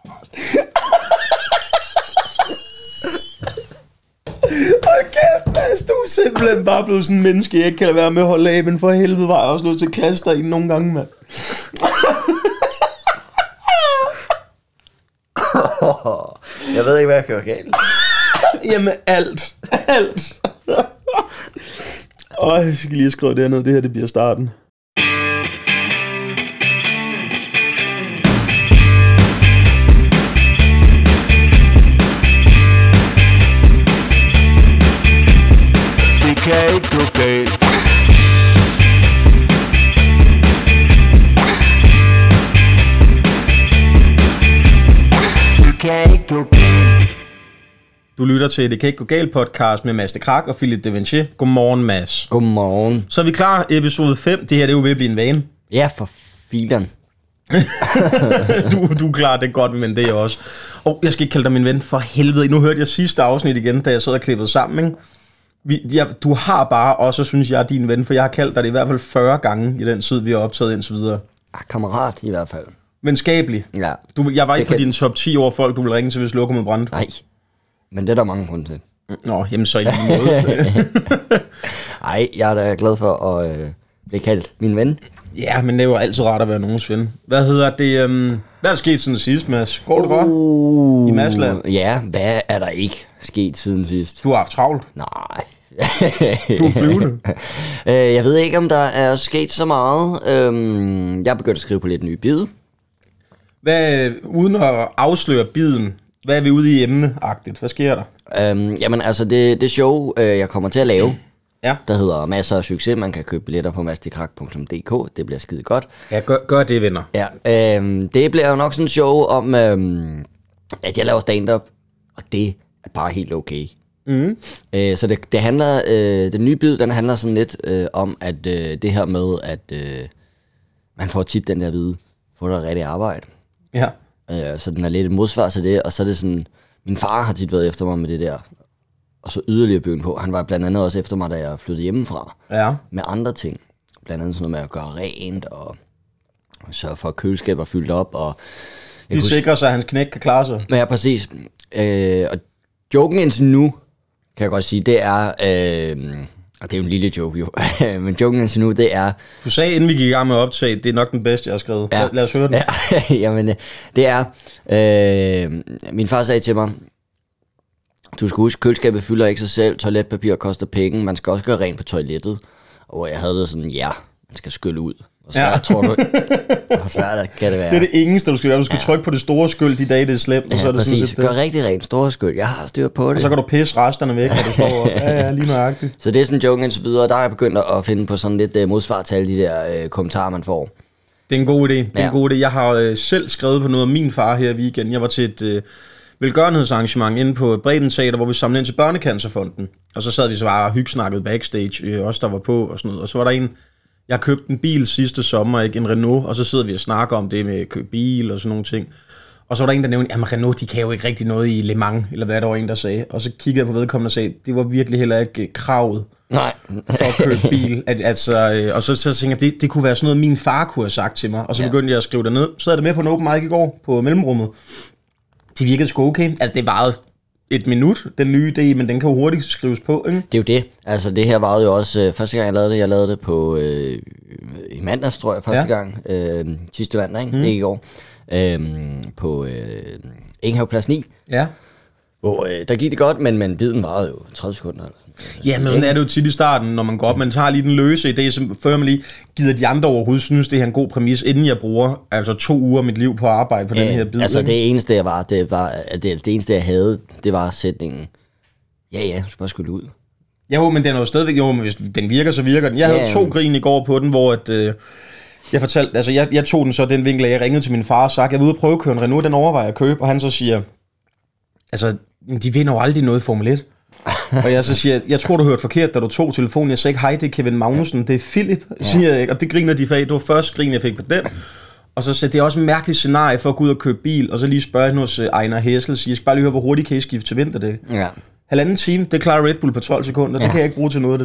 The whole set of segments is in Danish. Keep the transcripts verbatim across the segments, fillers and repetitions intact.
Hold kæft, Mads, du er simpelthen bare blevet sådan en menneske, jeg ikke kan lade være med at holde af, men for helvede var jeg også nødt til at klasse dig ind nogle gange, mand. Jeg ved ikke, hvad jeg kan gøre galt. Jamen, alt. Alt. Åh, jeg skal lige skrive det ned. Det her, det bliver starten. Det kan ikke gå galt. Det kan ikke gå galt. Du lytter til Det kan ikke gå galt podcast med Mads de Krak og Philip Devanché. Godmorgen, Mads. Godmorgen. Så er vi klar, episode fem. Det her, det er jo ved at blive en vane. Ja, for filen. du, du er klar, det er godt, men det er også. Og jeg skal ikke kalde dig min ven, for helvede. Nu hørte jeg sidste afsnit igen, da jeg sad og klippede sammen, ikke? Vi, jeg, du har bare også, synes jeg, er din ven, for jeg har kaldt dig det i hvert fald fyrre gange i den tid, vi har optaget indtil videre. Ah, kammerat i hvert fald. Venskabelig. Ja. Du, jeg var ikke kan... på din top ti over folk, du ville ringe til, hvis lokummet brændte. Nej, men det er der mange grunde til. Nå, jamen så i lige måde. Ej, jeg er da glad for at øh, blive kaldt min ven. Ja, men det er jo altid rart at være nogens ven. Hvad hedder det? Um, hvad er der sket siden sidst, Mads? Går det godt? Uh, I Madsland? Ja, hvad er der ikke sket siden sidst? Du har haft travlt. Nej. Du er flyvende. Jeg ved ikke, om der er sket så meget. Jeg er begyndt at skrive på lidt nye bid. Hvad, uden at afsløre biden, hvad er vi ude i emneagtigt? Hvad sker der? Øhm, jamen altså, det, det show, øh, jeg kommer til at lave, ja. Der hedder Masser af Succes. Man kan købe billetter på madsdekrak punktum d k. Det bliver skide godt. Ja, gør, gør det, venner. Ja, øhm, det bliver jo nok sådan en show om, øhm, at jeg laver stand-up, og det er bare helt okay. Mm. Øh, så det, det handler, øh, den nye bid, den handler sådan lidt øh, om, at øh, det her med, at øh, man får tit den der vide, får der rigtig arbejde. Ja. Øh, så den er lidt et modsvar til det, og så er det sådan, min far har tit været efter mig med det der, og så yderligere byggen på. Han var blandt andet også efter mig, da jeg flyttede hjemmefra. Ja. Med andre ting. Blandt andet sådan noget med at gøre rent, og sørge for, at køleskab er fyldt op, og... De sikrer sig, at hans knæk kan klare sig. Ja, præcis. Øh, og joken indtil nu, kan jeg godt sige, det er... Øh, og det er jo en lille joke, jo. Men joken indtil nu, det er... Du sagde, inden vi gik i gang med at optage, det er nok den bedste, jeg har skrevet. Ja. Lad os høre den. Ja, jamen, det er... Øh, min far sagde til mig, du skal huske, køleskabet fylder ikke sig selv, toiletpapir koster penge, man skal også gøre rent på toilettet. Og jeg havde det sådan, ja, man skal skylle ud. Hvor svært, ja. Tror du? Hvor svært kan det være? Det er det eneste, du skal gøre. Du skal ja. trykke på det store skyld de dage, det er slemt. Ja, og så er det præcis. Sådan, gør rigtig rent store skyld. Jeg har styr på det. Og så kan du pisse resterne væk, når du står op. Ja, ja, lige nøjagtigt. Så det er sådan joken indtil videre. Der er jeg begyndt at finde på sådan lidt uh, modsvar til alle de der uh, kommentarer, man får. Det er en god idé. Det er ja. en god idé. Jeg har uh, selv skrevet på noget af min far her i weekenden. Jeg var til et uh, velgørenhedsarrangement inde på Breden Teater, hvor vi samlede ind til Børnecancerfonden. Og så sad vi så bare og hyggesnakkede backstage, uh, også der var på og sådan noget. Og så var der en... Jeg købte en bil sidste sommer, ikke, en Renault, og så sidder vi og snakker om det med at købe bil og sådan nogle ting. Og så var der en, der nævnte, at Renault, de kan jo ikke rigtig noget i Le Mans, eller hvad der var en, der sagde. Og så kiggede jeg på vedkommende og sagde, det var virkelig heller ikke kravet Nej. for at købe bil. At, altså, og så, så tænkte jeg, det, det kunne være sådan noget, min far kunne have sagt til mig. Og så ja. begyndte jeg at skrive det ned. Så havde jeg det med på en open mic i går på Mellemrummet. Det virkede sgu okay. Altså, det varede et minut, den nye idé, men den kan jo hurtigt skrives på, ikke? Det er jo det. Altså, det her var jo også øh, første gang, jeg lavede det. Jeg lavede det på øh, i mandags, tror jeg, første ja. gang. Øh, sidste mandag, ikke? Mm. Ikke i går. Øh, på øh, Ingehaveplads ni. Ja. Hvor øh, der gik det godt, men, men biden varede jo tredive sekunder. Ja, men sådan er det jo tit i starten, når man går op. Man tager lige den løse idé, så før man lige gider de andre overhovedet synes, det er en god præmis, inden jeg bruger altså to uger af mit liv på at arbejde på ja, den her bid. Altså det eneste, jeg var, det var, det, det eneste, jeg havde, det var sætningen, ja, ja, du skal bare skulle ud. Jo, men den er jo stadigvæk, jo, men hvis den virker, så virker den. Jeg havde ja, to grin i går på den, hvor at, øh, jeg fortalte, altså jeg, jeg tog den så den vinkel, at jeg ringede til min far og sagde, jeg var ude og prøve at køre en Renault, den overvejer at købe, og han så siger, altså, de vinder jo aldrig noget i Formel et. Og jeg så siger, jeg tror, du hørte forkert, da du tog telefonen. Jeg sagde ikke, hej, det er Kevin Magnussen, det er Philip, ja. siger jeg ikke. Og det griner de fag. Det var første grin, jeg fik på den. Og så sagde det er også en mærkelig scenarie for at gå ud og købe bil, og så lige spørge hende hos Ejner Hessel, siger, jeg skal bare lige høre, hvor hurtigt kan I skifte til vinterdæk. Ja. Halvanden time, det klarer Red Bull på tolv sekunder, ja. Det kan jeg ikke bruge til noget, det der.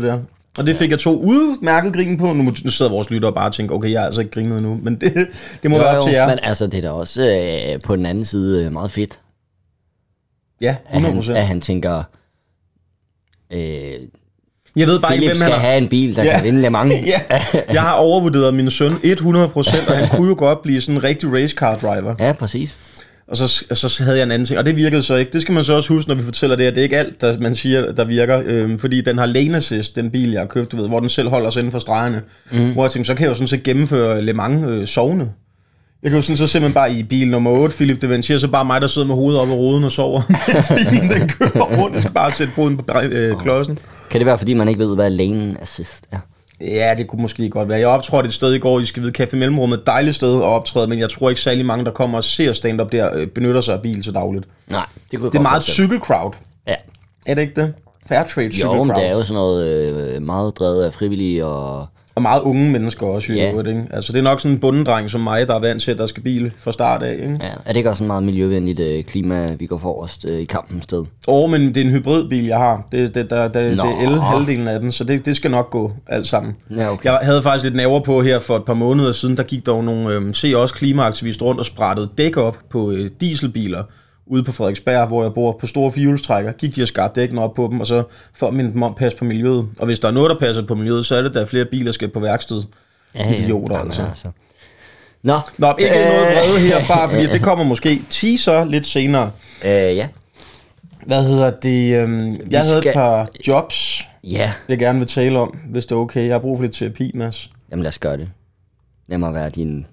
Og det fik jeg to udmærket grin på. Nu sidder vores lyttere og bare og tænker, okay, jeg har altså ikke grinet nu. Men det, det må jo, være op til jer. Men altså, det er da også øh, på den anden side øh, meget fedt. Ja, hundrede procent. At han, at han tænker... Øh, jeg ved bare Philip ikke, hvem skal han have en bil, der ja. kan vinde Le Mans. Ja. Jeg har overvurderet min søn hundrede procent, og han kunne jo godt blive sådan en rigtig racecar driver. Ja, præcis. Og så, så havde jeg en anden ting, og det virkede så ikke. Det skal man så også huske, når vi fortæller det, at det er ikke alt, der man siger, der virker. Øhm, fordi den har lane assist, den bil, jeg har købt, du ved, hvor den selv holder sig inden for stregerne. Mm. Hvor jeg tænkte, så kan jeg jo sådan set gennemføre Le Mans øh, sovende. Jeg kan jo sådan så simpelthen bare i bil nummer otte, Philip de Venture, så bare mig, der sidder med hovedet op i ruden og sover. Bilen, den kører rundt, jeg skal bare sætte foden på øh, klodsen. Kan det være, fordi man ikke ved, hvad lane assist er? Ja, det kunne måske godt være. Jeg optrådte et sted i går, I skal vide, Café Mellemrummet, et dejligt sted at optræde, men jeg tror ikke særlig mange, der kommer og ser stand-up der, benytter sig af bil så dagligt. Nej, det kunne Det er meget cykelcrowd. Ja. Er det ikke det? Fairtrade cykelcrowd. Jo, men det er jo sådan noget øh, meget drevet af frivillige og... Og meget unge mennesker også, ja. jo, ikke? Altså, det er nok sådan en bundedreng som mig, der er vant til, at der skal bil fra start af, ikke? Ja, er det ikke også en meget miljøvenligt øh, klima, vi går forrest øh, i kampen sted? Åh, oh, men det er en hybridbil, jeg har. Det, det, der, der, det er el, halvdelen af den, så det, det skal nok gå alt sammen. Ja, okay. Jeg havde faktisk lidt nerver på her for et par måneder siden, der gik der jo nogle, øh, se også klimaaktivister rundt og sprættede dæk op på øh, dieselbiler ude på Frederiksberg, hvor jeg bor på store firehjulstrækker, gik de og skar dækkene op på dem, og så for at minde dem om at passe på miljøet. Og hvis der er noget, der passer på miljøet, så er det, der er flere biler, skal på værksted. Ja, ja. Idioter, ja, altså. altså. Nå, Nå, ikke øh... noget vrede herfra, fordi det kommer måske teaser lidt senere. Øh, ja. Hvad hedder det? Øhm, jeg havde skal... et par jobs, ja. jeg gerne vil tale om, hvis det er okay. Jeg har brug for lidt terapi, Mads. Jamen lad os gøre det. Lad mig være din...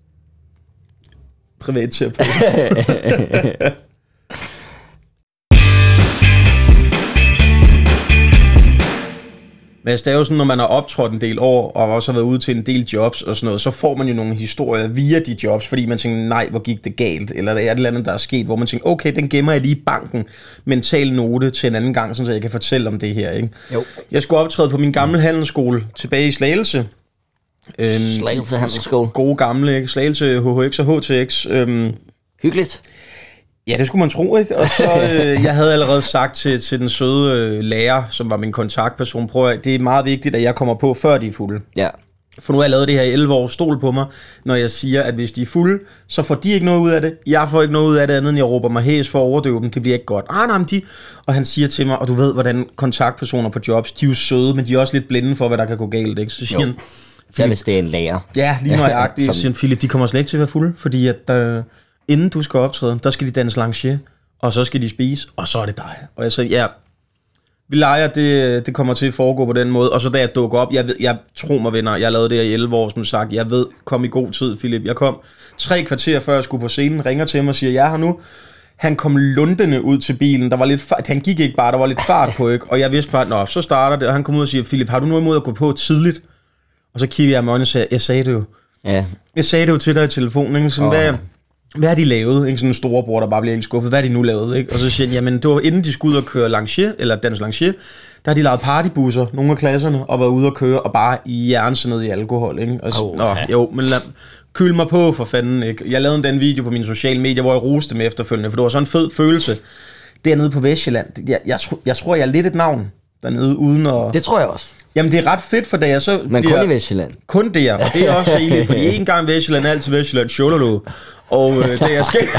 privat terapeut. Men det er jo sådan, når man har optrådt en del år, og også har været ude til en del jobs og sådan noget, så får man jo nogle historier via de jobs, fordi man tænker, nej, hvor gik det galt, eller der er et eller andet, der er sket, hvor man tænker, okay, den gemmer jeg lige i banken, mental note til en anden gang, så jeg kan fortælle om det her, ikke? Jo. Jeg skulle optræde på min gamle handelsskole tilbage i Slagelse. Øhm, Slagelse Handelsskole. Gode gamle, ikke? Slagelse H H X og H T X. Øhm, Hyggeligt. Ja, det skulle man tro, ikke? Og så, øh, jeg havde allerede sagt til, til den søde øh, lærer, som var min kontaktperson, prøv at, det er meget vigtigt, at jeg kommer på, før de er fulde. Ja. For nu har jeg lavet det her i elleve år, stol på mig, når jeg siger, at hvis de er fulde, så får de ikke noget ud af det. Jeg får ikke noget ud af det andet, end jeg råber mig hæs for at overdøve dem. Det bliver ikke godt. Ah, nej, men de... Og han siger til mig, og du ved, hvordan kontaktpersoner på jobs, de er jo søde, men de er også lidt blinde for, hvad der kan gå galt, ikke? Så siger jo. han... Så hvis det er en lærer. Ja, lige nøjagtigt. Så siger han, Philip, de kommer slet ikke til at være fulde, fordi at... Øh, inden du skal optræde, der skal de danse lancier, og så skal de spise, og så er det dig. Og jeg sagde, ja, vi leger, det, det kommer til at foregå på den måde. Og så da jeg dukker op, jeg, ved, jeg tror mig venner, jeg lavede det her i elleve år, som sagt, jeg ved, kom i god tid, Philip. Jeg kom tre kvarter før jeg skulle på scenen, ringer til mig og siger, jeg er her nu. Han kom lundende ud til bilen, der var lidt fart, han gik ikke bare, der var lidt fart på, ikke? Og jeg vidste bare, nå, så starter det, og han kom ud og siger, Philip, har du noget imod at gå på tidligt? Og så kiggede jeg mig og sagde, jeg sagde det jo. Ja. Jeg sagde det jo til dig i telefonen, ikke? Sådan, oh. hvad, hvad har de lavet? Ikke sådan en storebror, der bare bliver helt skuffet. Hvad har de nu lavet? Ikke? Og så siger jeg, jamen det var inden de skulle ud og køre lancier, eller dans lancier, der har de lavet partybusser, nogle af klasserne, og været ude og køre, og bare jernsendet i alkohol. Ikke? Og så, oh, nå, ja. Jo, men lad, kyl mig på for fanden. Ikke? Jeg lavede den video på mine sociale medier, hvor jeg roste dem efterfølgende, for det var sådan en fed følelse. Dernede på Vestjylland, jeg, jeg, jeg tror, jeg er lidt et navn dernede, uden at... Det tror jeg også. Jamen, det er ret fedt, for da jeg så... Men kun i Vestjylland. Kun der, og det er også rigeligt, fordi en gang Vestjylland, altid Vestjylland, Sjololo. Og øh, da jeg skal...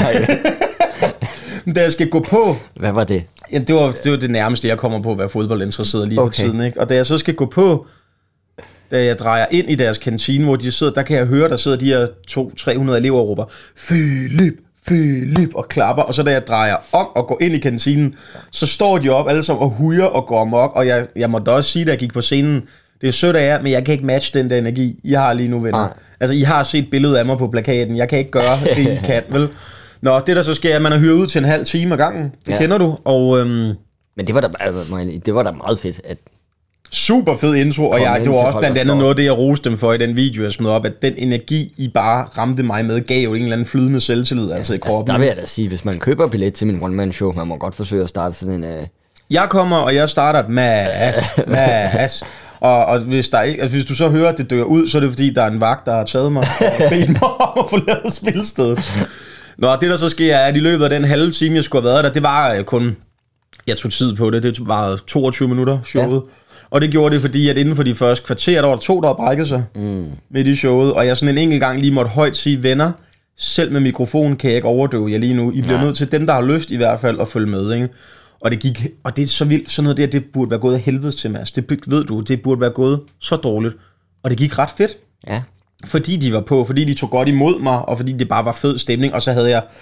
da jeg skal gå på... Hvad var det? Jamen, det var, det var det nærmeste, jeg kommer på at være fodboldinteresseret lige okay. på tiden, ikke? Og da jeg så skal gå på, da jeg drejer ind i deres kantine, hvor de sidder, der kan jeg høre, der sidder de her to til tre hundrede elever og råber, Philip, Philip, og klapper, og så da jeg drejer om og går ind i kantinen, så står de op alle sammen og hujer og går amok, og jeg, jeg måtte også sige, da jeg gik på scenen, det er sødt af jer, men jeg kan ikke matche den der energi, I har lige nu, venner. Ah. Altså, I har set billedet af mig på plakaten, jeg kan ikke gøre det, I kan, vel? Nå, det der så sker, at man er hyret ud til en halv time ad gangen, det ja. kender du, og... Øhm, men det var da, det var da meget fedt, at... Super fed intro, og jeg, det var også blandt andet noget af det, jeg roste dem for i den video, jeg smed op, at den energi, I bare ramte mig med, gav jo en eller anden flydende selvtillid, ja, altså i kroppen. Altså, der vil jeg da sige, hvis man køber billet til min one-man-show, man må godt forsøge at starte sådan en... Uh... Jeg kommer, og jeg starter med Mads, og, og hvis, der ikke, altså, hvis du så hører, at det dør ud, så er det fordi, der er en vagt, der har taget mig og bedt mig om at få lavet spilstedet. Nå, det der så sker, er, at i løbet af den halve time, jeg skulle have været der, det var kun... Jeg tog tid på det, det var toogtyve minutter, showet. Ja. Og det gjorde det, fordi at inden for de første kvarter, der var to, der brækkede sig mm. midt i showet. Og jeg sådan en enkelt gang lige måtte højt sige, venner, selv med mikrofonen kan jeg ikke overdøve jer lige nu. I bliver ja. nødt til, dem der har lyst i hvert fald, at følge med, ikke? Og det gik, og det er så vildt, sådan noget der, det burde være gået af helvedes til, Mads. Det ved du, det burde være gået så dårligt. Og det gik ret fedt. Ja. Fordi de var på, fordi de tog godt imod mig, og fordi det bare var fed stemning. Og så havde jeg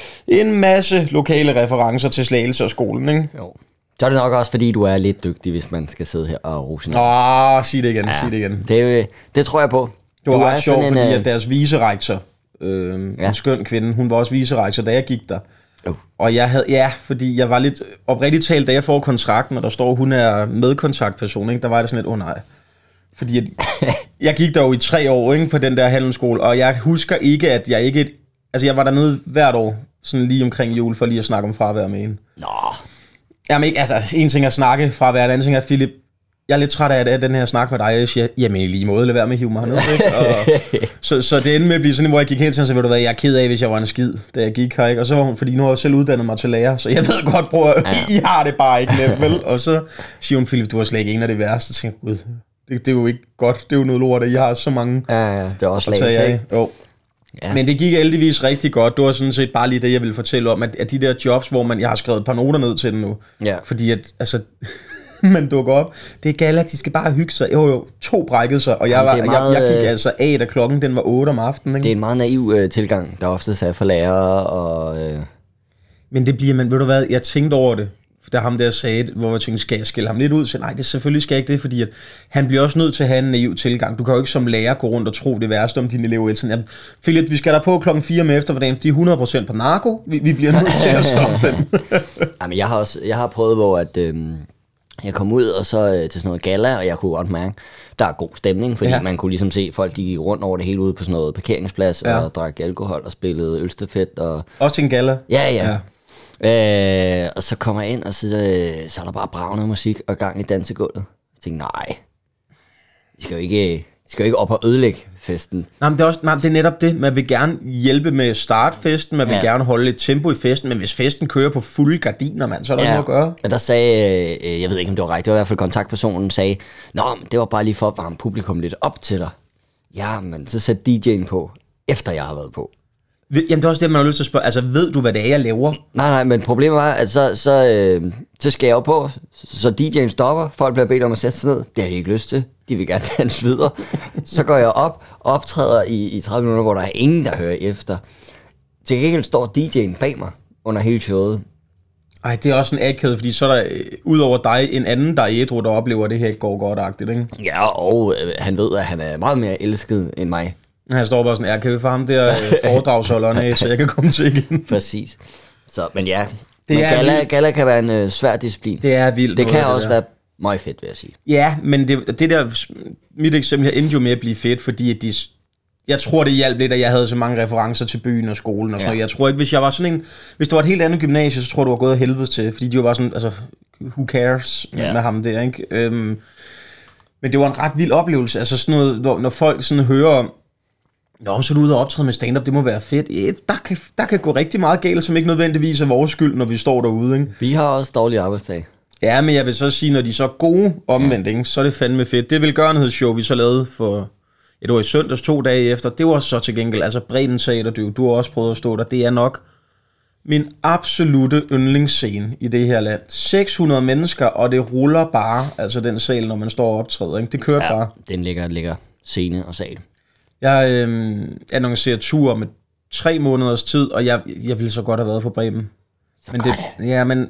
en masse lokale referencer til Slagelse og skolen, ikke? Jo. Så er det nok også, fordi du er lidt dygtig, hvis man skal sidde her og rose. Åh, sig det igen, ja. sig det igen. Det, det tror jeg på. Det var du ret sjovt, fordi en, at deres vicerektor, øh, ja. en skøn kvinde, hun var også vicerektor, da jeg gik der. Uh. Og jeg havde, ja, fordi jeg var lidt oprigtigt talt, da jeg får kontrakten, og der står, hun er medkontaktperson, ikke? Der var det sådan lidt, åh oh, nej. Fordi at, jeg gik der jo i tre år, ikke, på den der handelsskole, og jeg husker ikke, at jeg ikke, altså jeg var dernede hvert år, sådan lige omkring jul, for lige at snakke om fravær med en. Nå. Jamen ikke, altså en ting er at snakke fravær, en anden ting er, Philip, jeg er lidt træt af, at den her snak med dig, jeg siger, jamen i lige måde, lad være med at hive mig herned, ikke? Og, så, så det endte med at blive sådan, hvor jeg gik hen til hende, så ved du hvad, jeg er ked af, hvis jeg var en skid, da jeg gik her, ikke? Og så var hun, fordi nu har jeg selv uddannet mig til lærer, så jeg ved godt, bror, ja. I har det bare ikke nemt, vel? Og så siger hun, Philip, du er slet ikke en af det værste, så tænker jeg, gud, det, det er jo ikke godt, det er jo noget lort, at I har så mange. Ja, ja, det er også Slagelse, ikke? Jo. Ja. Men det gik heldigvis rigtig godt. Det var sådan set bare lige det, jeg ville fortælle om, at, at de der jobs, hvor man, jeg har skrevet et par noter ned til den nu, ja. fordi at, altså, man dukker op, det er gala, de skal bare hygge sig. Jo jo, to brækkede sig, og jeg, var, meget, jeg, jeg gik altså af, da klokken den var otte om aftenen. Ikke? Det er en meget naiv øh, tilgang, der ofte er for lærere, og... Øh... Men det bliver, men ved du hvad, jeg tænkte over det, da ham der sagde, hvor jeg tænkte, skal jeg skille ham lidt ud? Så nej, det selvfølgelig skal jeg ikke det, fordi at han bliver også nødt til at have en naiv tilgang. Du kan jo ikke som lærer gå rundt og tro det værste om dine elever. Sådan, jamen, Philip, vi skal der på klokken fire med eftermiddagen, de er hundrede procent på narko. Vi, vi bliver nødt til at stoppe dem. Jamen, jeg har også, jeg har prøvet, hvor at, øhm, jeg kom ud og så øh, til sådan noget gala, og jeg kunne godt mærke, der er god stemning, fordi ja. man kunne ligesom se folk, de gik rundt over det hele ude på sådan noget parkeringsplads, ja. og drak alkohol og spillede ølstafet. Og... Også til en gala? Ja, ja. ja. Øh, og så kommer jeg ind, og så, øh, så er der bare bravende musik og gang i dansegulvet. Jeg tænkte, nej, I skal jo ikke, I skal jo ikke op og ødelægge festen. Nej, men det er, også, nej, det er netop det. Man vil gerne hjælpe med at starte festen, man vil ja. gerne holde lidt tempo i festen, men hvis festen kører på fulde gardiner, man, så er der ja. noget at gøre. Men der sagde, øh, jeg ved ikke om det var rigtigt, det var i hvert fald kontaktpersonen, sagde, nå, det var bare lige for at varme publikum lidt op til dig. Ja, men så sæt D J'en på, efter jeg har været på. Jamen det er også det, man har lyst til at spørge. Altså, ved du, hvad det er, jeg laver? Nej, nej, men problemet var, at så, så, øh, så skal jeg jo på, så D J'en stopper, folk bliver bedt om at sætte sig ned. Det har de ikke lyst til. De vil gerne danse videre. Så går jeg op og optræder i, i tredive minutter, hvor der er ingen, der hører efter. Til gengæld står D J'en bag mig under hele showet. Ej, det er også en akæde, fordi så er der, ud over dig, en anden, der er ædru, der oplever det her ikke går godt-agtigt, ikke? Ja, og øh, han ved, at han er meget mere elsket end mig. Han står bare sådan, kan vi få ham der foredragsholderen af, så jeg kan komme til igen. Præcis. Så, men ja, det men gala, gala kan være en øh, svær disciplin. Det er vildt. Det kan det også der. være meget fedt, vil jeg sige. Ja, men det, det der, mit eksempel her endte jo med at blive fedt, fordi at de, jeg tror, det hjalp lidt, at jeg havde så mange referencer til byen og skolen og sådan ja. noget. Jeg tror ikke, hvis jeg var sådan en, hvis det var et helt andet gymnasie, så tror jeg, du var gået af helvede til, fordi de var bare sådan, altså, who cares ja. med ham der, ikke? Øhm, men det var en ret vild oplevelse, altså sådan noget, når, når folk sådan hører, nå, så er du ude og optræde med stand-up, det må være fedt. Ja, der, kan, der kan gå rigtig meget galt, som ikke nødvendigvis er vores skyld, når vi står derude, ikke? Vi har også dårlige arbejdsdage. Ja, men jeg vil så sige, når de så er gode omvendt, ja. så er det fandme fedt. Det velgørenhedsshow, vi så lavede for et år i søndags, to dage efter, det var så til gengæld, altså Bremen Teater, du, du har også prøvet at stå der, det er nok min absolute yndlingsscene i det her land. seks hundrede mennesker, og det ruller bare, altså den sal, når man står og optræder, ikke? Det kører ja, bare. Den ligger, ligger scene og sal. Jeg øh, annoncerer tur med tre måneders tid, og jeg, jeg ville så godt have været på Bremen. Så men det, ja, men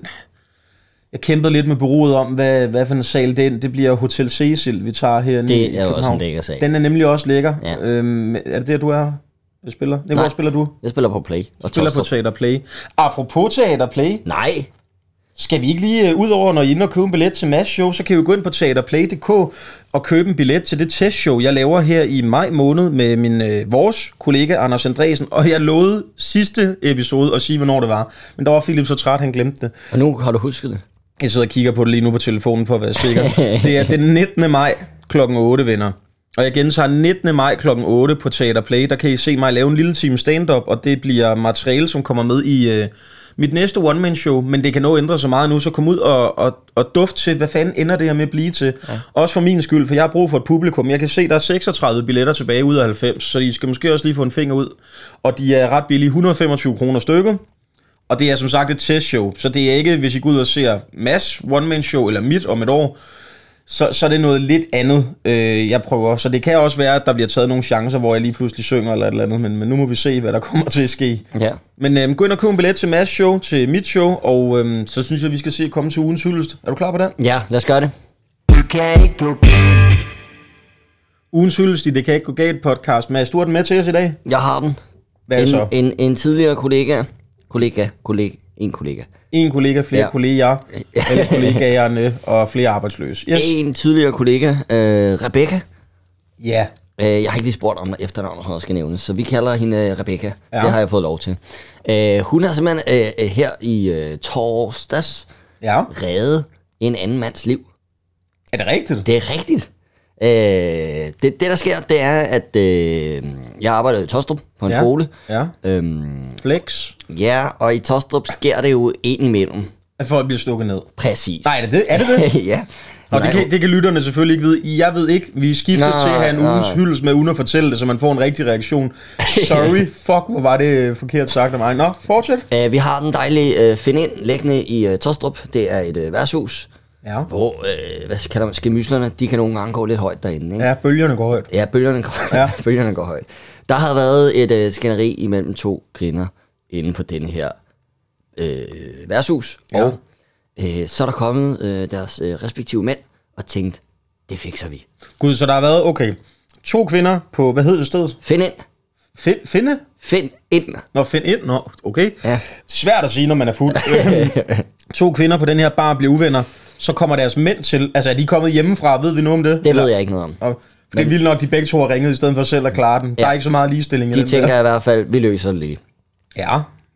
jeg kæmpede lidt med bureauet om, hvad, hvad for en sal det er. Det bliver Hotel Cecil, vi tager her i Det er også en lækker sal. Den er nemlig også lækker. Ja. Øhm, er det der, du er? Jeg spiller? Nej, hvor spiller du? Jeg spiller på Play. Du spiller på Teater Play. Apropos Teater Play. Nej. Skal vi ikke lige, ud over når I er inde og købe en billet til Mads show, så kan vi gå ind på teaterplay punktum d k og købe en billet til det testshow, jeg laver her i maj måned med min øh, vores kollega Anders Andresen. Og jeg lovede sidste episode at sige, hvornår det var. Men der var Philip så træt, han glemte det. Og nu har du husket det? Jeg sidder og kigger på det lige nu på telefonen for at være sikker. Det er den nittende maj klokken otte, venner. Og jeg gentager nittende maj klokken otte på Teater Play. Der kan I se mig lave en lille time stand-up, og det bliver materiale, som kommer med i... Øh, mit næste one-man-show, men det kan nå ændre så meget nu, så kom ud og, og, og duft til, hvad fanden ender det her med at blive til. Ja. Også for min skyld, for jeg har brug for et publikum. Jeg kan se, der er seksogtredive billetter tilbage ud af halvfems, så I skal måske også lige få en finger ud. Og de er ret billige, et hundrede og femogtyve kroner stykket. Og det er som sagt et testshow, så det er ikke, hvis I går ud og ser Mads one-man-show eller mit om et år, så, så er det noget lidt andet, øh, jeg prøver. Så det kan også være, at der bliver taget nogle chancer, hvor jeg lige pludselig synger eller et eller andet, men, men nu må vi se, hvad der kommer til at ske. Ja. Men øh, gå ind og køb en billet til Mads show, til mit show, og øh, så synes jeg, vi skal se at komme til ugens hyldest. Er du klar på den? Ja, lad os gøre det. Ugens hyldest i Det Kan Ikke Gå Galt podcast. Mads, du har den med til os i dag? Jeg har den. Hvad er en, så? En, en tidligere kollega, kollega, kollega, en kollega. En kollega, flere ja. kolleger, alle kollegaerne og flere arbejdsløse. Yes. En tidligere kollega, øh, Rebecca. Ja. Øh, jeg har ikke lige spurgt om efternavnet, der skal nævnes, så vi kalder hende Rebecca. Ja. Det har jeg fået lov til. Øh, hun har simpelthen øh, her i øh, torsdags ja. reddet en anden mands liv. Er det rigtigt? Det er rigtigt. Øh, det, det der sker, det er, at øh, jeg arbejder i Tostrup på en ja. skole. Ja. Øhm, Flex. Ja, og i Tostrup sker det jo ind imellem. At folk bliver stukket ned. Præcis. Nej, er det det? Er det, det? ja. Og det kan, det kan lytterne selvfølgelig ikke vide. Jeg ved ikke, vi skifter nej, til at have en ugens hyldest med uden at fortælle det, så man får en rigtig reaktion. Sorry, fuck, hvor var det forkert sagt af mig. Nå, fortsæt. Uh, vi har den dejlige uh, Find-Ind liggende i uh, Tostrup. Det er et uh, værtshus. Ja. Hvor, uh, hvad kalder man, skemyslerne, de kan nogle gange gå lidt højt derinde. Ikke? Ja, bølgerne går højt. Ja, bølgerne går, ja. bølgerne går højt. Der har været et uh, skænderi imellem to kvinder inde på denne her uh, værtshus. Ja. Og uh, så er der kommet uh, deres uh, respektive mænd og tænkt, det fikser vi. Gud, så der har været, okay, to kvinder på, hvad hed det stedet? Find-Ind. Find, finde? Find-Ind. Nå, Find-Ind, nå, okay. Ja. Svært at sige, når man er fuld. To kvinder på den her bar bliver uvenner, så kommer deres mænd til, altså er de kommet hjemmefra, ved vi noget om det? Det eller? ved jeg ikke noget om. Og det er vildt nok, de begge to har ringet, i stedet for selv at klare den. Ja. Der er ikke så meget ligestilling i de den. De tænker der. I hvert fald, vi løser det lige. Ja.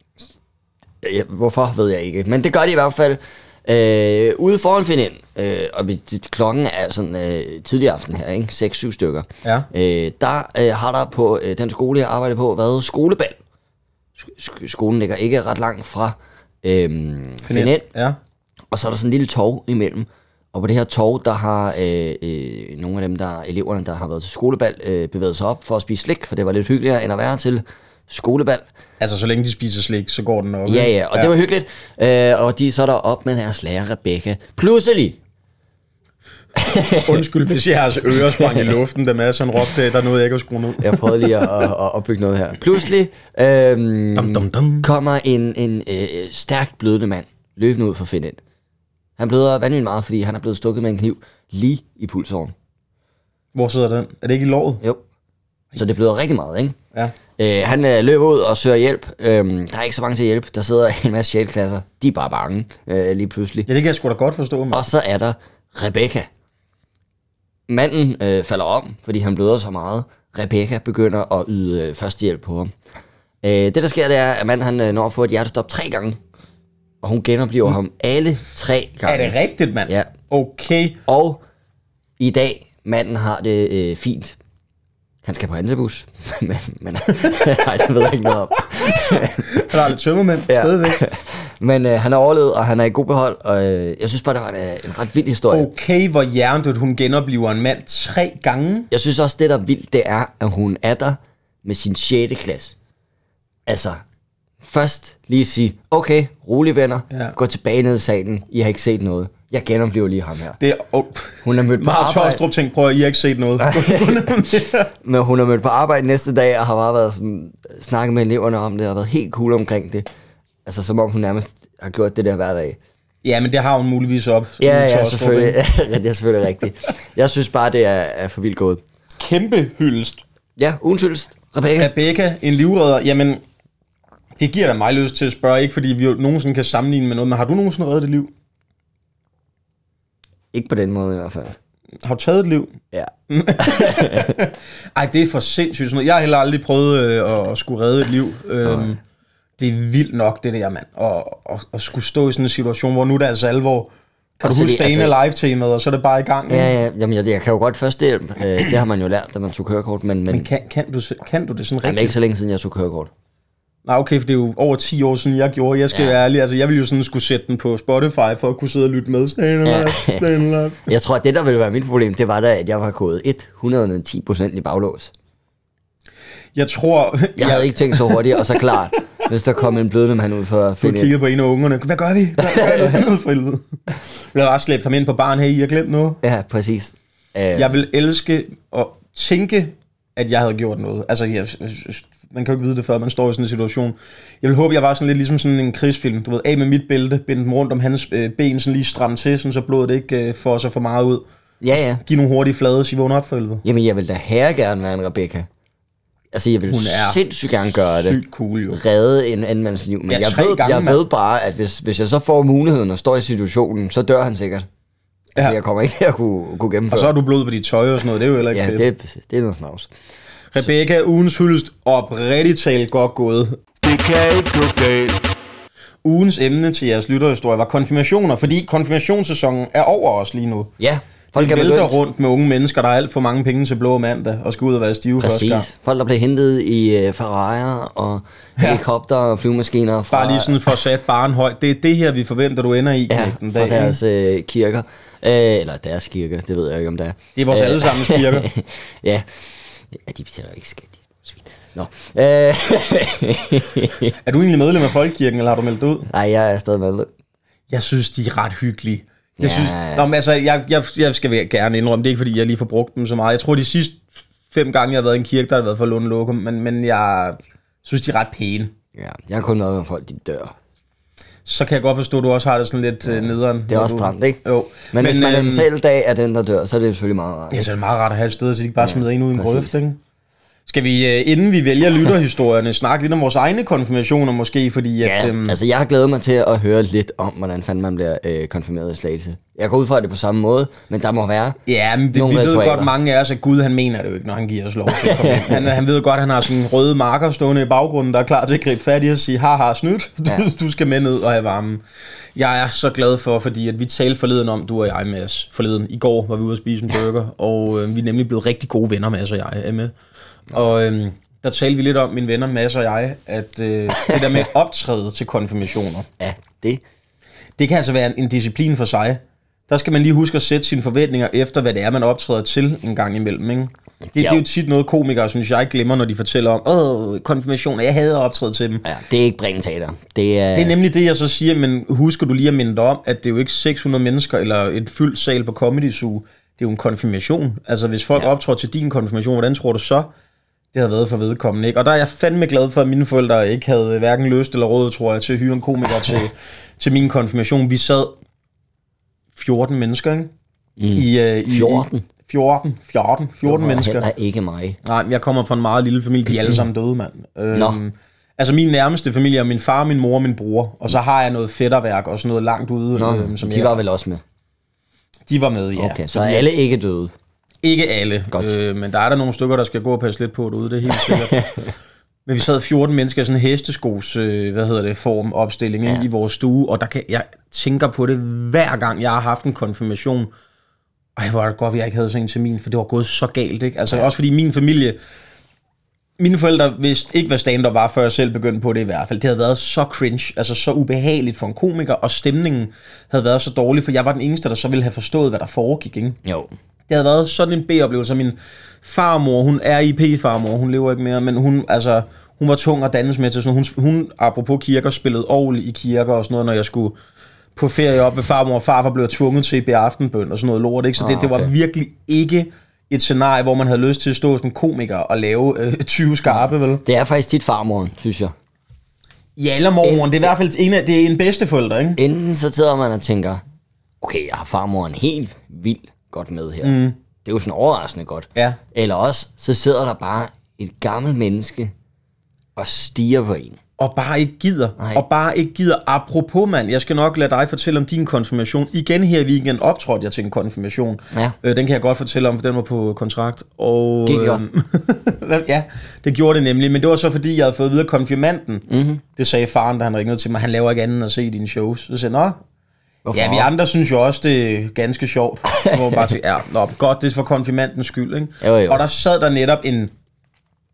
ja. Hvorfor, ved jeg ikke. Men det gør de i hvert fald. Øh, ude foran Find-Ind, øh, og vi, klokken er sådan øh, tidlig aften her, ikke? seks syv stykker. Ja. Øh, der øh, har der på øh, den skole, jeg arbejder på, været skolebal. Sk- skolen ligger ikke ret langt fra øh, Find-Ind. Ja. Og så er der sådan en lille torv imellem. Og på det her torv, der har øh, øh, nogle af dem, der eleverne, der har været til skolebal, øh, bevæget sig op for at spise slik, for det var lidt hyggeligere end at være til skolebal. Altså, så længe de spiser slik, så går den op. Ja, ja, og ja. det var hyggeligt. Øh, og de er så derop med deres lærer, Rebecca. Pludselig. Undskyld, hvis jeres ører sprang i luften, da Madsen råbte, der er noget, jeg ikke har skruet ned. Jeg prøvede lige at, at, at bygge noget her. Pludselig øhm, dum, dum, dum. kommer en, en øh, stærkt blødende mand løbende ud fra Find-Ind. Han bløder vanvittigt meget, fordi han er blevet stukket med en kniv lige i pulsåren. Hvor sidder den? Er det ikke i låret? Jo. Så det bløder rigtig meget, ikke? Ja. Øh, han øh, løber ud og søger hjælp. Øhm, der er ikke så mange til hjælp. Der sidder en masse sjette klasser. De er bare bange øh, lige pludselig. Ja, det kan jeg sgu da godt forstå. Man. Og så er der Rebecca. Manden øh, falder om, fordi han bløder så meget. Rebecca begynder at yde øh, førstehjælp på ham. Øh, det der sker, det er, at manden han øh, når at få et hjertestop tre gange. Og hun genoplever mm. ham alle tre gange. Er det rigtigt, mand? Ja. Okay. Og i dag, manden har det øh, fint. Han skal på Hansebus. men, men nej, det ved jeg ikke noget om. Han har lidt tømmermænd, ja. Stadigvæk. Men øh, han er overlevet, og han er i god behold. Og øh, jeg synes bare, det var en, en ret vild historie. Okay, hvor hjernedødt hun genoplever en mand tre gange. Jeg synes også, det der er vildt, det er, at hun er der med sin sjette klasse. Altså, først lige sige, okay, rolig venner, ja. Gå tilbage ned i salen, I har ikke set noget. Jeg genoplever lige ham her. Det er, oh, hun er mødt på arbejde. Tostrup tænkt, prøv at I har ikke set noget. Men hun er mødt på arbejde næste dag, og har bare været sådan, snakket med eleverne om det, og været helt cool omkring det. Altså, som om hun nærmest har gjort det der hver dag. Ja, men det har hun muligvis op. Ja, ja, selvfølgelig. Det er selvfølgelig rigtigt. Jeg synes bare, det er, er for vildt gået. Kæmpe hyldest. Ja, ugens hyldest. Rebecca. Rebecca, en livredder. Jamen, det giver da mig lyst til at spørge, ikke fordi vi jo nogensinde kan sammenligne med noget, men har du nogensinde reddet et liv? Ikke på den måde i hvert fald. Har du taget et liv? Ja. Ej, det er for sindssygt sådan noget. Jeg har heller aldrig prøvet øh, at skulle redde et liv. Øhm, det er vildt nok, det der, mand. At, at, at skulle stå i sådan en situation, hvor nu er det altså alvor. Kan du huske Staying altså, Alive-temaet, og så er det bare i gang? Ja, ja. Jamen, jeg, jeg kan jo godt førstehjælp. Øh, det har man jo lært, da man tog kørekort. Men, men, men kan, kan, du, kan du det sådan rigtigt? Jamen, ikke så længe siden, jeg tog kørekort. Nej, okay, for det er jo over ti år siden, jeg gjorde. Jeg skal ja. være ærlig. Altså, jeg ville jo sådan skulle sætte den på Spotify, for at kunne sidde og lytte med. Stand alive, ja. stand alive. Jeg tror, at det, der ville være mit problem, det var da, at jeg var gået et hundrede og ti procent i baglås. Jeg tror... Jeg, jeg havde ikke tænkt så hurtigt, og så klart, hvis der kom en blødende mand ud for... Du kigger på en af ungerne. Hvad gør vi? Hvad gør noget andet for helvede? Jeg har også slæbt ham ind på barn. Hey, I har glemt noget? Ja, præcis. Uh... Jeg vil elske at tænke, at jeg havde gjort noget. Altså, jeg, man kan jo ikke vide det, før man står i sådan en situation. Jeg vil håbe, jeg var sådan lidt ligesom sådan en krigsfilm. Du ved, af med mit bælte, binde dem rundt om hans øh, ben, sådan lige stramt til, sådan, så blodet ikke øh, får så for meget ud. Ja, ja. Giv nogle hurtige flade, så I vågner op for helvede. Jamen, jeg vil da her gerne være en Rebecca. Altså, jeg vil Hun er sindssygt gerne gøre det. Sygt cool, jo. Redde en anden mands liv. Men ja, jeg, ved, gange, jeg ved bare, at hvis, hvis jeg så får muligheden og står i situationen, så dør han sikkert. Ja. Altså, jeg kommer ikke til at kunne, kunne gennemføre. Og så har du blod på dit tøj og sådan noget, det er jo heller ikke ja, fedt. Ja, det, det er noget snavs. Rebecca, ugens hyldest, oprigtigt talt godt gået. Det kan ikke gå galt. Ugens emne til jeres lytterhistorie var konfirmationer, fordi konfirmationssæsonen er over os lige nu. Ja. Folk er vælter rundt med unge mennesker, der har alt for mange penge til blå mandag, og skal ud og være stive første gang. Folk, der bliver hentet i uh, Ferrari'er og helikopter og flyvemaskiner. Fra... Bare lige sådan for sat barn højt. Det er det her, vi forventer, du ender i. Ja, fra dag, deres uh, kirker. Uh, eller deres kirker, det ved jeg ikke, om det er. Det er vores uh, allesammens kirker. Ja. Ja, de betaler ikke skat. Nå. Er du egentlig medlem af Folkekirken, eller har du meldt ud? Nej, jeg er stadig medlem. Jeg synes, de er ret hyggelige. Jeg, synes, ja. Nå, men altså, jeg, jeg, jeg skal gerne indrømme, det er ikke fordi, jeg lige får brugt dem så meget. Jeg tror, de sidste fem gange, jeg har været i en kirke, der har været for Lunde Lokum, men, men jeg synes, de er ret pæne. Ja, jeg har kun noget med folk, de dør. Så kan jeg godt forstå, at du også har det sådan lidt ja. nederen. Det er også stramt, ikke? Jo. Men, men hvis man øhm, en selv dag er den, der dør, så er det selvfølgelig meget rart. Ja, så er det meget rart at have et sted, så de ikke bare ja, smider en ud i en grøft, ikke? Skal vi, inden vi vælger lytterhistorierne, snakke lidt om vores egne konfirmationer måske, fordi at... Ja, øhm, altså jeg har glædet mig til at høre lidt om, hvordan fanden man bliver øh, konfirmeret i Slagelse. Jeg går ud fra det på samme måde, men der må være ja, men det, vi ved godt mange af os, at Gud han mener det jo ikke, når han giver os lov til at komme ind. Han, han ved godt, at han har sådan en røde marker stående i baggrunden, der er klar til at gribe fat i og sige, haha, snydt, du, ja. du skal med ned og have varmen. Jeg er så glad for, fordi at vi talte forleden om, du og jeg, Mads, forleden. I går var vi ude at spise en burger, og øh, vi er nemlig blevet rigtig gode venner, Mads og jeg, er med. Og øhm, der talte vi lidt om, mine venner Mads og jeg, at øh, det der med optræde til konfirmationer. Ja, det. Det kan altså være en, en disciplin for sig. Der skal man lige huske at sætte sine forventninger efter, hvad det er, man optræder til en gang imellem, ikke? Det, det er jo tit noget, komikere, synes jeg, glemmer, når de fortæller om, åh, konfirmationer, jeg hader optræde til dem. Ja, det er ikke Bremen-teater. Det er... det er nemlig det, jeg så siger, men husker du lige at minde dig om, at det er jo ikke seks hundrede mennesker, eller et fyldt sal på Comedy Zoo. Det er jo en konfirmation. Altså, hvis folk ja. optræder til din konfirmation, hvordan tror du så, det havde været for vedkommende, ikke? Og der er jeg fandme glad for, at mine forældre ikke havde hverken lyst eller råd, tror jeg, til at hyre en komiker til, til min konfirmation. Vi sad fjorten mennesker, ikke? Mm. I, uh, i, fjorten? fjorten, fjorten, fjorten mennesker. Det var ikke mig. Nej, jeg kommer fra en meget lille familie, de er alle sammen døde, mand. Øhm, altså min nærmeste familie er min far, min mor og min bror, og så har jeg noget fætterværk og sådan noget langt ude. Nå, øhm, som de jeg, var vel også med? De var med, ja. Okay, så er alle ikke døde? Ikke alle, øh, men der er der nogle stykker, der skal gå og passe lidt på derude, det er helt sikkert. Men vi sad fjorten mennesker i sådan en hesteskos, øh, hvad hedder det, form opstilling ja. i vores stue, og der kan, jeg tænker på det hver gang, jeg har haft en konfirmation. Ej, hvor er det godt, at jeg ikke havde sådan en til min, for det var gået så galt, ikke? Altså ja. Også fordi min familie, mine forældre vidste ikke, hvad stand-up var, før jeg selv begyndte på det i hvert fald. Det havde været så cringe, altså så ubehageligt for en komiker, og stemningen havde været så dårlig, for jeg var den eneste, der så ville have forstået, hvad der foregik, ikke? Jo. Det havde været sådan en B-oplevelse. Min farmor, hun er I P-farmor, hun lever ikke mere, men hun, altså, hun var tung at dannes med til sådan noget. Hun, hun, apropos kirker, spillede orgel i kirker og sådan noget, når jeg skulle på ferie op ved farmor og farfar, blev tvunget til at bede aftenbøn og sådan noget lort, ikke? Så det, det var virkelig ikke et scenarie, hvor man havde lyst til at stå som komiker og lave øh, tyve skarpe, vel? Det er faktisk tit farmoren, synes jeg. Ja, eller mormoren. Det er i hvert fald en af, det er en bedsteforælder, ikke? Enten så sidder man og tænker, okay, jeg har farmoren helt vildt godt med her. Mm. Det er jo sådan overraskende godt. Ja. Eller også, så sidder der bare et gammelt menneske og stiger på en. Og bare ikke gider. Nej. Og bare ikke gider. Apropos, mand, jeg skal nok lade dig fortælle om din konfirmation. Igen her i weekenden optrådte jeg til en konfirmation. Ja. Øh, den kan jeg godt fortælle om, for den var på kontrakt. Og, Gik godt. Øh, ja, det gjorde det nemlig. Men det var så fordi, jeg havde fået videre konfirmanden. Mm-hmm. Det sagde faren, da han ringede til mig. Han laver ikke andet end at se dine shows. Så sagde jeg, nå. Hvorfor? Ja, vi andre synes jo også, det er ganske sjovt. Hvor bare sige, ja, nå, godt, det er for konfirmandens skyld, ikke? Jo, jo. Og der sad der netop en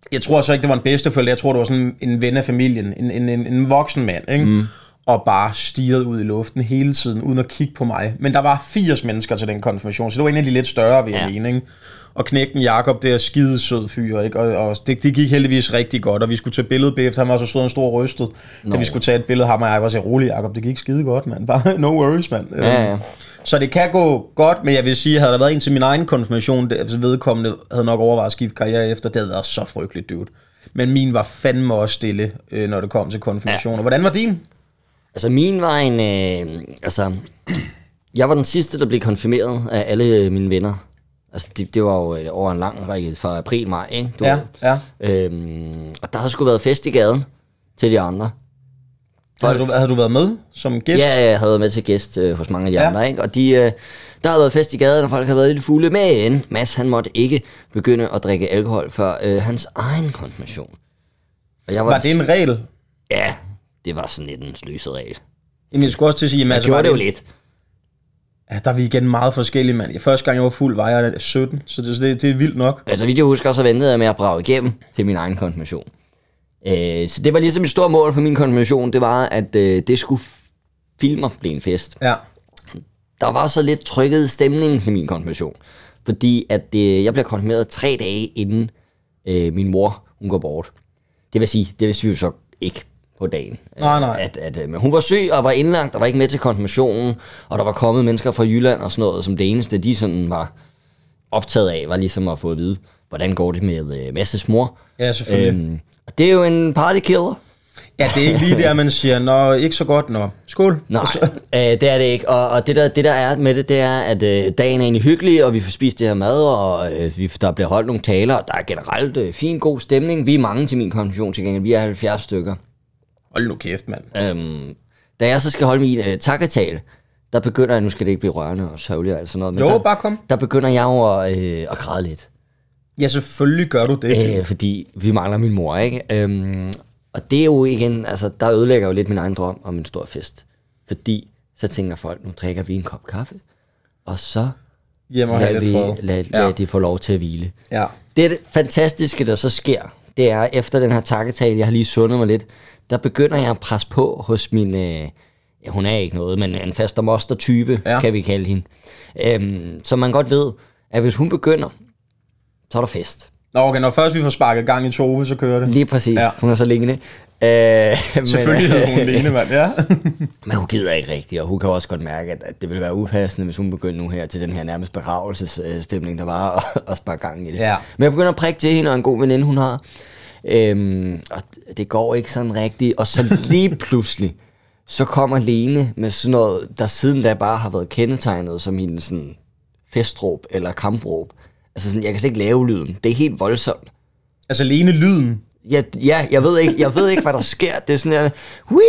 Jeg tror så ikke, det var en bedsteforælder. Jeg tror, det var sådan en ven af familien. En, en, en, en voksen mand, ikke? Mm. Og bare stirrede ud i luften hele tiden, uden at kigge på mig. Men der var firs mennesker til den konfirmation, så det var en af de lidt større, ved ja. jeg mene, ikke? Og knægten Jakob, det er skidesød fyr, ikke? Og, og det, det gik heldigvis rigtig godt, og vi skulle tage billede bagefter. Han var så sød en stor rystet, Nå. da vi skulle tage et billede af ham, og jeg var så rolig, Jakob, det gik skide godt, mand. Bare no worries, mand. Ja, ja. Så det kan gå godt, men jeg vil sige, havde der været en til min egen konfirmation, det, altså vedkommende havde nok overvejet at skifte karriere efter, det havde været så frygteligt dyrt. Men min var fandme også stille, øh, når det kom til konfirmationer. Ja. Hvordan var din? Altså min var en, øh, altså, jeg var den sidste, der blev konfirmeret af alle mine venner. Altså det, det var jo øh, over en lang række fra april-maj, ikke? Du ja, ja. Øhm, og der havde sgu været fest i gaden til de andre. Havde du, havde du været med som gæst? Ja, jeg havde været med til gæst øh, hos mange af de ja. andre, ikke? Og de, øh, der havde været fest i gaden, og folk havde været lidt fulde. Men Mads, han måtte ikke begynde at drikke alkohol før øh, hans egen konfirmation. Og jeg var, var det en regel? Ja, det var sådan lidt en sløset regel. Jamen jeg skulle også til at sige, jeg altså, gjorde det jo lidt. Ja, der er vi igen meget forskellige, mand. Første gang jeg var fuld, var jeg sytten, så det, det, det er vildt nok. Altså, vidt jeg husker, så ventede jeg med at brage igennem til min egen konfirmation. Øh, så det var ligesom et stort mål for min konfirmation, det var, at øh, det skulle filme blive en fest. Ja. Der var så lidt trykket stemning til min konfirmation, fordi at øh, jeg blev konfirmeret tre dage inden øh, min mor, hun går bort. Det vil sige, det vidste vi jo så ikke på dagen. Nej, nej. At, at, at, men hun var syg og var indlagt og var ikke med til konfirmationen, og der var kommet mennesker fra Jylland og sådan noget, som det eneste, de sådan var optaget af, var ligesom at få at vide, hvordan går det med øh, Masses mor. Ja, selvfølgelig. Øhm, og det er jo en partykiller. Ja, det er ikke lige der, man siger, nå, ikke så godt, nå, skål. Nej, øh, det er det ikke. Og, og det, der, det der er med det, det er, at øh, dagen er egentlig hyggelig, og vi får spist det her mad, og øh, vi, der bliver holdt nogle taler, og der er generelt øh, fin, god stemning. Vi er mange til min konfirmation til gengæld. Vi er halvfjerds stykker. Hold nu kæft, mand. Øhm, da jeg så skal holde min øh, takketale, der begynder jeg, nu skal det ikke blive rørende og sørgeligt og alt sådan noget, men jo, der, bare kom. Der begynder jeg jo at, øh, at græde lidt. Ja, selvfølgelig gør du det. Øh, fordi vi mangler min mor, ikke? Øhm, og det er jo igen, altså der ødelægger jo lidt min egen drøm om en stor fest. Fordi så tænker folk, nu drikker vi en kop kaffe, og så lader vi lad, lad ja. de få lov til at hvile. Ja. Det fantastiske, der så sker, det er efter den her takketale, jeg har lige sundet mig lidt, der begynder jeg at presse på hos min, øh, ja hun er ikke noget, men en faster moster type, ja. kan vi kalde hende. Øhm, så man godt ved, at hvis hun begynder, så er der fest. Nå okay, når først vi får sparket gang i Tove, så kører det. Lige præcis, ja. Hun er så liggende. Øh, Selvfølgelig hedder hun Lene, mand, ja. Men hun gider ikke rigtigt, og hun kan også godt mærke, at det ville være upassende, hvis hun begyndte nu her til den her nærmest begravelsesstemning, der var, og, og sparke gang i det. Ja. Men jeg begynder at prikke til hende, og en god veninde hun har. Øhm, og det går ikke sådan rigtigt, og så lige pludselig, så kommer Lene med sådan noget, der siden da bare har været kendetegnet som hendes sådan festråb eller kampråb. Altså sådan, jeg kan slet ikke lave lyden. Det er helt voldsomt. Altså Lene lyden? Ja, ja jeg, ved ikke, jeg ved ikke, hvad der sker. Det er sådan her, Wee!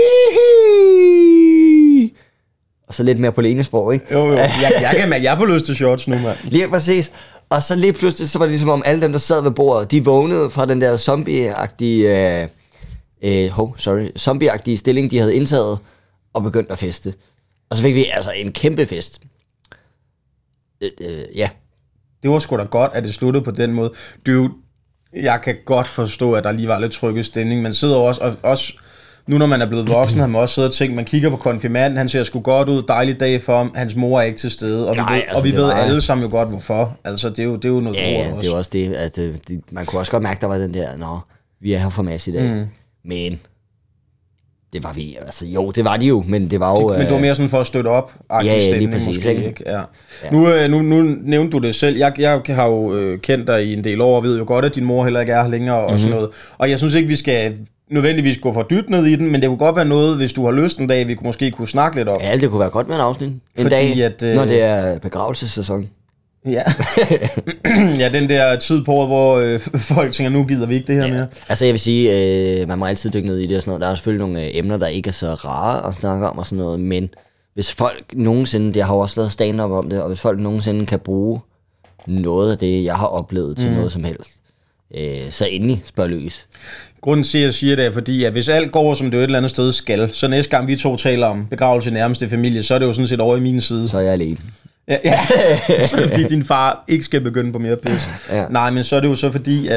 Og så lidt mere på Lenesborg, ikke? Jo, jo. Jeg, jeg kan mærke, jeg får lyst til shorts nu, mand. Lige præcis. Og så lige pludselig, så var det ligesom om alle dem, der sad ved bordet, de vågnede fra den der zombie-agtige, øh, øh, oh, sorry, zombie-agtige stilling, de havde indtaget, og begyndte at feste. Og så fik vi altså en kæmpe fest. Øh, øh, ja. Det var sgu da godt, at det sluttede på den måde. Du, jeg kan godt forstå, at der lige var lidt trykket stemning. Man sidder også, og også nu når man er blevet voksen, har man også siddet og tænkt, man kigger på konfirmanden, han ser sgu godt ud, dejlig dag for ham, hans mor er ikke til stede, og Nej, vi ved, altså, og vi ved var... alle sammen jo godt, hvorfor. Altså, det er jo, det er jo noget ja, ord også. også. Det er jo også det, at øh, de, man kunne også godt mærke, der var den der, nå, vi er her for Mads i dag. Mm. Men det var vi, altså jo, det var de jo, men det var jo... Det, men det var mere sådan for at støtte op, ja, ja, stemning, præcis, måske, ikke? ikke? Ja. Ja. Nu, nu, nu nævnte du det selv, jeg, jeg har jo øh, kendt dig i en del år, og ved jo godt, at din mor heller ikke er her længere, og mm-hmm. sådan noget. Og jeg synes ikke, vi skal nødvendigvis gå for dybt ned i den, men det kunne godt være noget, hvis du har lyst en dag, vi kunne måske kunne snakke lidt om. Ja, det kunne være godt med en afsnit. En Fordi dag, at, øh... når det er begravelsessæson. Ja. Ja, den der tid på året, hvor øh, folk tænker, nu gider vi ikke det her ja. mere. Altså jeg vil sige, øh, man må altid dykke ned i det og sådan noget. Der er selvfølgelig nogle øh, emner, der ikke er så rare at snakke om og sådan noget, men hvis folk nogensinde, jeg har også lavet stand-up om det, og hvis folk nogensinde kan bruge noget af det, jeg har oplevet til mm. noget som helst, øh, så endelig spørg løs. Grunden til, at jeg siger det, er fordi, at hvis alt går, som det jo et eller andet sted skal, så næste gang vi to taler om begravelse i nærmeste familie, så er det jo sådan set over i min side. Så er jeg alene. Ja, ja. Så fordi din far ikke skal begynde på mere pis. Ja. Nej, men så er det jo så fordi, at,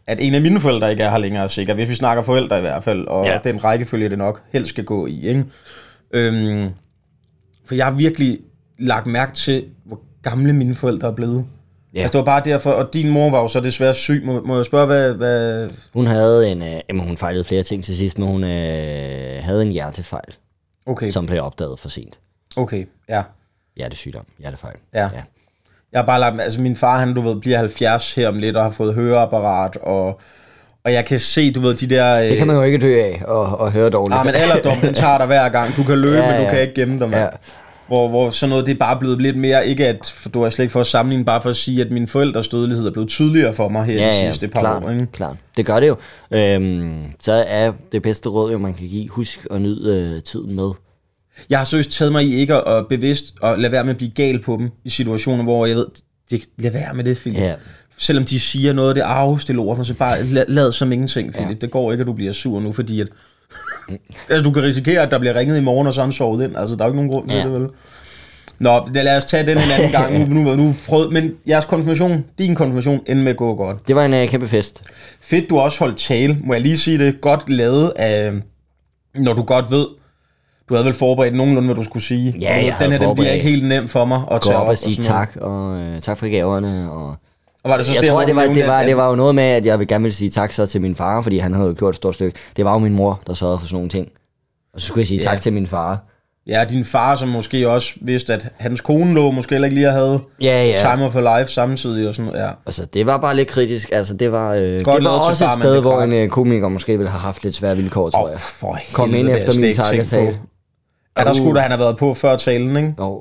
at en af mine forældre ikke er her længere, sikkert. Hvis vi snakker forældre i hvert fald, og ja. Den rækkefølge, det nok helst skal gå i, ikke? Øhm, for jeg har virkelig lagt mærke til, hvor gamle mine forældre er blevet. Ja. Altså det var bare derfor, og din mor var jo så desværre syg. Må, må jeg spørge, hvad, hvad... Hun havde en... Øh, jamen, hun fejlede flere ting til sidst, men hun øh, havde en hjertefejl, okay. Som blev opdaget for sent. Okay, ja. Hjertesygdom, hjertefejl. Ja. ja. Jeg har bare lagt... Altså min far, han, du ved, bliver halvfjerds her om lidt, og har fået høreapparat, og... Og jeg kan se, du ved, de der... Det kan man jo ikke dø af, og, og høre dårligt. Nej, men alderdom, den tager dig hver gang. Du kan løbe, ja, ja. Men du kan ikke gemme dig, mand. Ja. Hvor, hvor sådan noget, det er bare blevet lidt mere, ikke at, for du er slet ikke for at sammenligne, bare for at sige, at min forældres dødelighed er blevet tydeligere for mig her ja, de sidste par klar, år. Ikke? Klart, det gør det jo. Øhm, så er det bedste råd, jo man kan give, husk at nyde øh, tiden med. Jeg har seriøst taget mig i ikke at bevidst og lade være med at blive gal på dem i situationer, hvor jeg ved, det, lad være med det, Philip. Ja. Selvom de siger noget af det arveste lort, så bare lad, lad som ingenting, Philip. Ja. Det går ikke, at du bliver sur nu, fordi at, altså, du kan risikere, at der bliver ringet i morgen, og så han sovet ind. Altså, der er jo ikke nogen grund til ja. Det, vel? Nå, lad os tage den en anden gang. Nu, nu, nu prøvede, men jeres konfirmation, din konfirmation, endte med at gå godt. Det var en uh, kæmpe fest. Fedt, du også holdt tale. Må jeg lige sige det? Godt lavet af, når du godt ved, du havde vel forberedt nogenlunde, hvad du skulle sige. Ja, jeg den her, den bliver ikke helt nem for mig at tage op. Gå op og sige tak, og uh, tak for gaverne, og... Og var det så jeg tror, det var, det, var, det var jo noget med, at jeg vil gerne ville sige tak så til min far, fordi han havde jo gjort et stort stykke. Det var jo min mor, der sørgede for sådan nogle ting. Og så skulle jeg sige ja. Tak til min far. Ja, din far, som måske også vidste, at hans kone lå, måske heller ikke lige havde ja, ja. Time for Life samtidig og sådan noget. Ja. Altså, det var bare lidt kritisk. Altså, det var, øh, det var også et sted, hvor en øh, komiker måske ville have haft lidt svære vilkår, tror oh, jeg. For Kom ind efter min takketale. Ja, der skulle da han have været på før talen, ikke? Jo.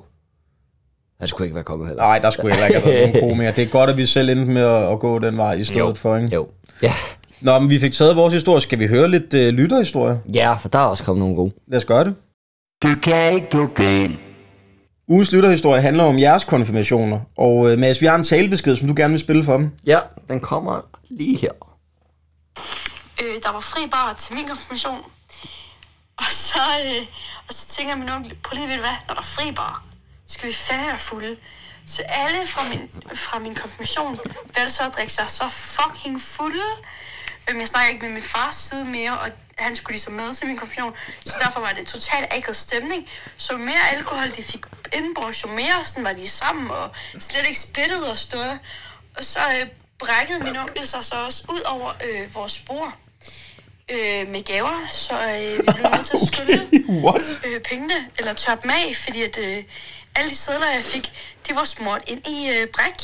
Han skulle ikke være kommet heller. Nej, der skulle heller ikke have været nogen komiker. Det er godt, at vi selv endte med at, at gå den vej i stedet jo. For, ikke? Jo. Ja. Nå, men vi fik taget vores historie. Skal vi høre lidt øh, lytterhistorie? Ja, for der er også kommet nogle gode. Lad os gøre det. Det kan ikke gå galt. Ugens lytterhistorie handler om jeres konfirmationer. Og øh, Mads, vi har en talebesked, som du gerne vil spille for dem. Ja, den kommer lige her. Øh, der var fri bar til min konfirmation. Og så, øh, og så tænker min onkel, på lige ved du hvad, når der er fri bar, skal vi fandme være fulde. Så alle fra min, fra min konfirmation valgte så at drikke sig så fucking fulde. Jeg snakker ikke med min fars side mere, og han skulle ligesom med til min konfirmation. Så derfor var det totalt akavet stemning. Så jo mere alkohol de fik indenbords, jo mere sådan var de sammen og slet ikke splittet og stået. Og så øh, brækkede min onkel sig så også ud over øh, vores bord øh, med gaver. Så øh, vi blev nødt til at skylde okay. øh, pengene, eller tørre dem af, fordi at øh, alle de sædler, jeg fik, de var smurt ind i øh, bræk.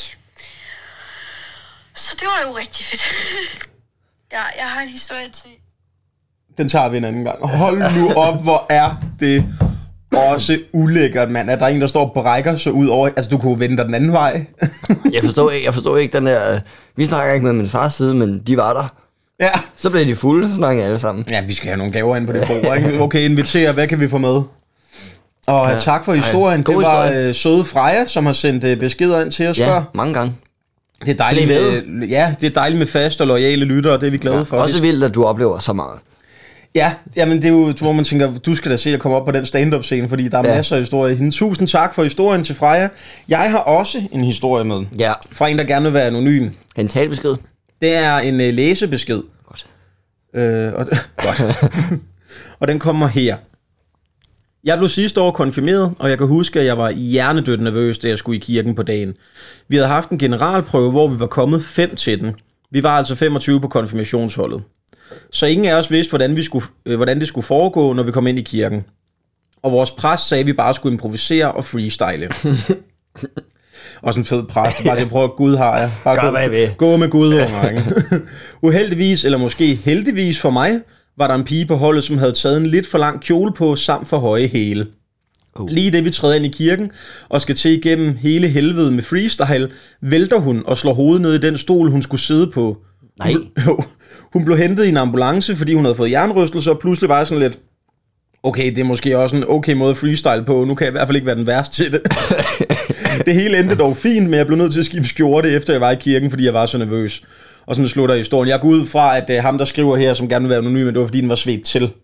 Så det var jo rigtig fedt. Ja, jeg har en historie til. Den tager vi en anden gang. Hold nu op, hvor er det også ulækkert, mand. At der er en, der står og brækker sig ud over... Altså, du kunne vende dig den anden vej. jeg, forstår ikke, jeg forstår ikke den der... Vi snakker ikke med min fars side, men de var der. Ja. Så blev de fulde, så snakkede alle sammen. Ja, vi skal have nogle gaver ind på det bord, ikke? Okay, invitere. Hvad kan vi få med? Og ja. Tak for historien. Ej, det var historie. Uh, søde Freja, som har sendt uh, beskeder ind til os ja, før. mange gange. Det er dejligt med, ja, det er dejligt med faste og loyale lyttere, det er vi glade ja, for. Også vildt, at du oplever så meget. Ja, jamen det er jo, hvor man tænker, du skal da se at komme op på den stand-up scene, fordi der er ja. Masser af historier i hende. Tusind tak for historien til Freja. Jeg har også en historie med, ja. Fra en, der gerne vil være anonym. En talebesked? Det er en uh, læsebesked. Godt. Øh, og, godt. Og den kommer her. Jeg blev sidste år konfirmeret, og jeg kan huske, at jeg var hjernedødt nervøs, da jeg skulle i kirken på dagen. Vi havde haft en generalprøve, hvor vi var kommet fem til den. Vi var altså femogtyve på konfirmationsholdet. Så ingen af os vidste, hvordan, vi skulle, øh, hvordan det skulle foregå, når vi kom ind i kirken. Og vores præst sagde, at vi bare skulle improvisere og freestyle. Og sådan en fed præst. Bare det prøve, Gud har jeg. Bare gå, gå med Gud, ja. Uheldigvis, eller måske heldigvis for mig, var der en pige på holdet, som havde taget en lidt for lang kjole på, samt for høje hæle. Uh. Lige det vi træder ind i kirken, og skal til igennem hele helvede med freestyle, vælter hun og slår hovedet ned i den stol, hun skulle sidde på. Nej. Hun, hun blev hentet i en ambulance, fordi hun havde fået hjernerystelse, og pludselig var jeg sådan lidt, okay, det er måske også en okay måde at freestyle på, nu kan jeg i hvert fald ikke være den værste til det. Det hele endte dog fint, men jeg blev nødt til at skifte skjorte, efter jeg var i kirken, fordi jeg var så nervøs. Og sådan slutter historien. Jeg går ud fra, at uh, ham, der skriver her, som gerne vil være anonym, det var fordi, den var svedt til.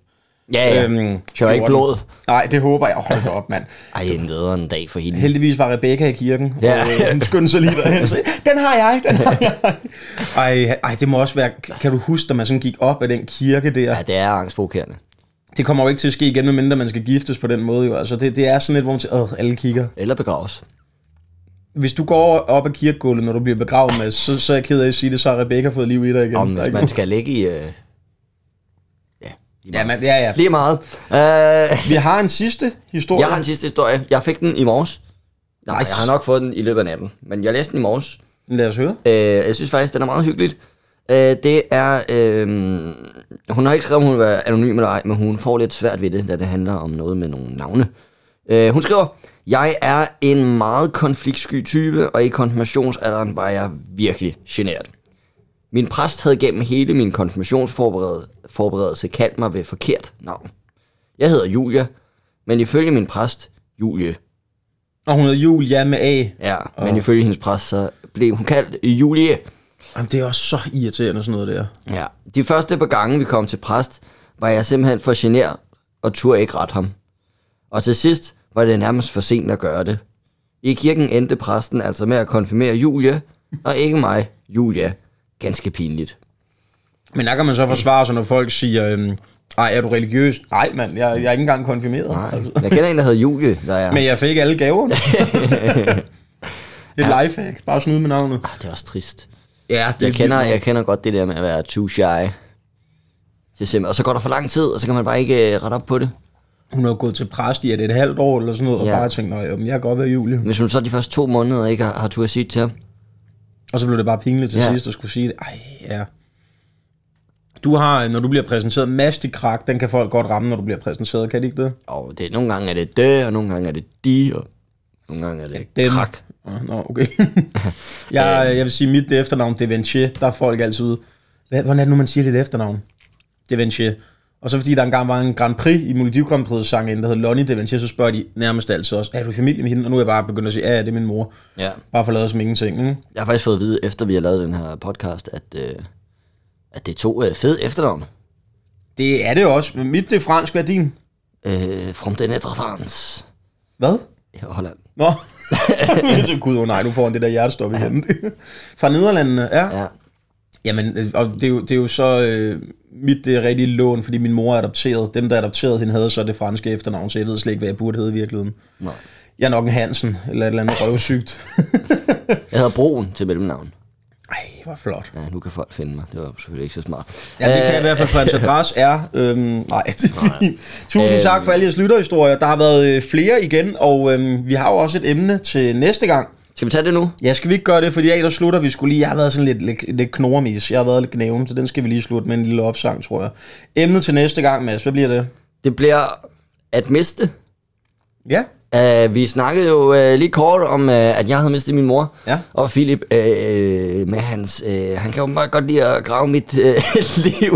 Ja, ja. Øhm, Kør ikke blod. Nej, det håber jeg. Hold da op, mand. Ej, en nederen dag for hende. Heldigvis var Rebecca i kirken, ja. og øh, hun skyndte sig lige derhen. Så, den har jeg, den har jeg. Ej, ej, det må også være... Kan du huske, da man sådan gik op af den kirke der? Ja, det er angstprovokerende. Det kommer jo ikke til at ske igen, medmindre man skal giftes på den måde jo. Altså, det, det er sådan lidt, hvor man siger, alle kigger. Eller begraves. Hvis du går op ad kirkegulvet, når du bliver begravet med, så, så er jeg ked af at sige det, så har Rebecca fået liv i dig igen. Om hvis man skal ligge i... Øh... Ja, man, ja, ja. Lige meget. Uh, Vi har en sidste historie. Jeg har en sidste historie. Jeg fik den i morges. Nej, nice. Jeg har nok fået den i løbet af natten. Men jeg læste den i morges. Lad os høre. Uh, jeg synes faktisk, den er meget hyggeligt. Uh, det er... Uh, hun har ikke skrevet, om hun vil være anonym eller ej, men hun får lidt svært ved det, da det handler om noget med nogle navne. Uh, hun skriver... Jeg er en meget konfliktsky type, og i konfirmationsalderen var jeg virkelig genert. Min præst havde gennem hele min konfirmationsforberedelse kaldt mig ved forkert navn. Jeg hedder Julia, men ifølge min præst, Julie. Og hun hedder Julia med A. Ja, og... men ifølge hendes præst, så blev hun kaldt Julie. Jamen, det er også så irriterende sådan noget der. Ja, de første par gange, vi kom til præst, var jeg simpelthen for genert og turde ikke rette ham. Og til sidst var det nærmest for sent at gøre det. I kirken endte præsten altså med at konfirmere Julia, og ikke mig, Julia. Ganske pinligt. Men der kan man så forsvare sig, når folk siger, øhm, ej, er du religiøs? Nej, mand, jeg, jeg er ikke engang konfirmeret. Nej, altså. Jeg kender en, der hedder Julie. Der er... Men jeg fik alle gaverne. Det er ja. Lifehack, bare snyde med navnet. Ah, det er også trist. Ja, det jeg, kender, jeg kender godt det der med at være too shy. Og så går der for lang tid, og så kan man bare ikke uh, rette op på det. Hun har gået til præst i et, et halvt år eller sådan noget, ja. Og bare tænkt, nej, jeg kan godt være Julie. Hvis hun så de første to måneder ikke har, har turde sige til ham. Og så blev det bare pinligt til ja. sidst at skulle sige det. Ej, ja. Du har, når du bliver præsenteret, mastikrak, den kan folk godt ramme, når du bliver præsenteret, kan de ikke det? Og det, nogle gange er det det, og nogle gange er det de, og nogle gange er det ja, krak. Nå, okay. jeg, jeg vil sige, mit efternavn, Devanchier, der er folk altid, hvad, hvordan er det nu, man siger dit efternavn? Devanchier. Og så fordi der engang var en Grand Prix i Melodi Grand Prix sang, der hedder Lonnie Devanchier, så spørger de nærmest altid også, er du i familie med hende? Og nu er jeg bare begyndt at sige, ja, det er min mor. Ja. Bare for at lade som ingenting. Ikke? Jeg har faktisk fået at vide, efter vi har lavet den her podcast, at, øh, at det er to øh, fede efternavne. Det er det også. Mit det er fransk, hvad er din? Øh, from the Netherlands. Hvad? Ja, Holland. Nå. Så gud, oh nej, du får det der hjertestop igen. Fra Nederlandene, ja. Ja. Jamen, og det er jo, det er jo så... Øh, mit det er rigtig lån, fordi min mor er adopteret. Dem, der adopterede hende, havde så det franske efternavn, så jeg ved slet ikke, hvad jeg burde hedde i virkeligheden. Nej. Jeg er nok en Hansen, eller et eller andet røvsygt. Jeg hedder Broen til mellemnavn. Ej, hvor flot. Ja, nu kan folk finde mig. Det var selvfølgelig ikke så smart. Ja, det kan i hvert fald, for hans adresse er... Øhm, nej, det er fint. Tusind øhm. tak for alle jeres lytterhistorier. Der har været flere igen, og øhm, vi har jo også et emne til næste gang. Skal vi tage det nu? Ja, skal vi ikke gøre det, fordi jeg der slutter, vi skulle lige, jeg har været sådan lidt, lidt, lidt knormis, jeg har været lidt gnæven, så den skal vi lige slutte med en lille opsang, tror jeg. Emnet til næste gang, Mads, hvad bliver det? Det bliver at miste. Ja. Uh, vi snakkede jo uh, lige kort om, uh, at jeg havde mistet min mor, ja. Og Philip, uh, med hans, uh, han kan jo bare godt lide at grave mit uh, liv.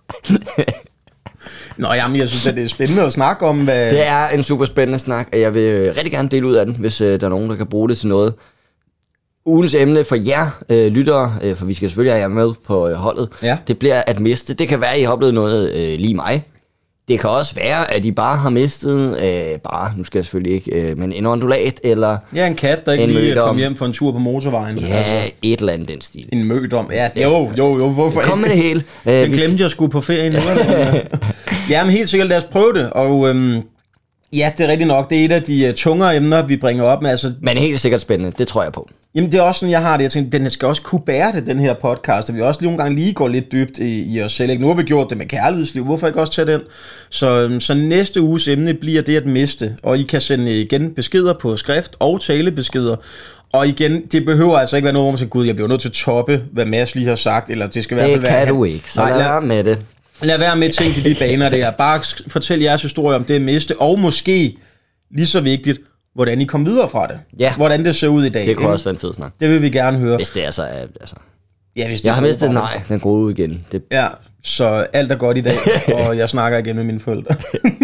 Nå, jamen, jeg synes, at det er spændende at snakke om, hvad... Det er en super spændende snak, og jeg vil rigtig gerne dele ud af den, hvis uh, der er nogen, der kan bruge det til noget. Ugens emne for jer uh, lyttere, uh, for vi skal selvfølgelig have jer med på uh, holdet, ja. Det bliver at miste. Det kan være, at I har oplevet noget uh, lige mig. Det kan også være, at I bare har mistet, øh, bare, nu skal jeg selvfølgelig ikke, øh, men en ondulat, eller... Ja, en kat, der ikke lige kom hjem for en tur på motorvejen. Ja, altså. Et eller andet den stil. En mødom, ja, jo, jo, jo, hvorfor Kom med det hele. Den øh, glemte jeg sgu på ferien. Ja, men helt sikkert, lad os prøve det, og... Øhm, ja, det er rigtigt nok, det er et af de uh, tungere emner, vi bringer op med, altså... Men helt sikkert spændende, det tror jeg på. Jamen, det er også sådan, jeg har det. Jeg tænkte, den skal også kunne bære det, den her podcast, og vi også lige nogle gange lige går lidt dybt i, i os selv. Ikke? Nu har vi gjort det med kærlighedsliv, hvorfor ikke også tage den? Så, så næste uges emne bliver det at miste, og I kan sende igen beskeder på skrift og talebeskeder. Og igen, det behøver altså ikke være noget, hvor man siger, gud, jeg bliver nødt til at toppe, hvad Mads lige har sagt, eller det skal i hvert fald være... Det kan du ikke, så lad være med det. Lad være med at tænke i de baner der. Bare fortæl jeres historie om det at miste, og måske, lige så vigtigt, hvordan I kom videre fra det. Ja. Hvordan det ser ud i dag. Det kunne også være en fed snak. Det vil vi gerne høre. Hvis det er så... Altså. Ja, hvis det jeg har mistet nej, den går ud igen. Det... Ja, så alt er godt i dag, og jeg snakker igen med mine forældre.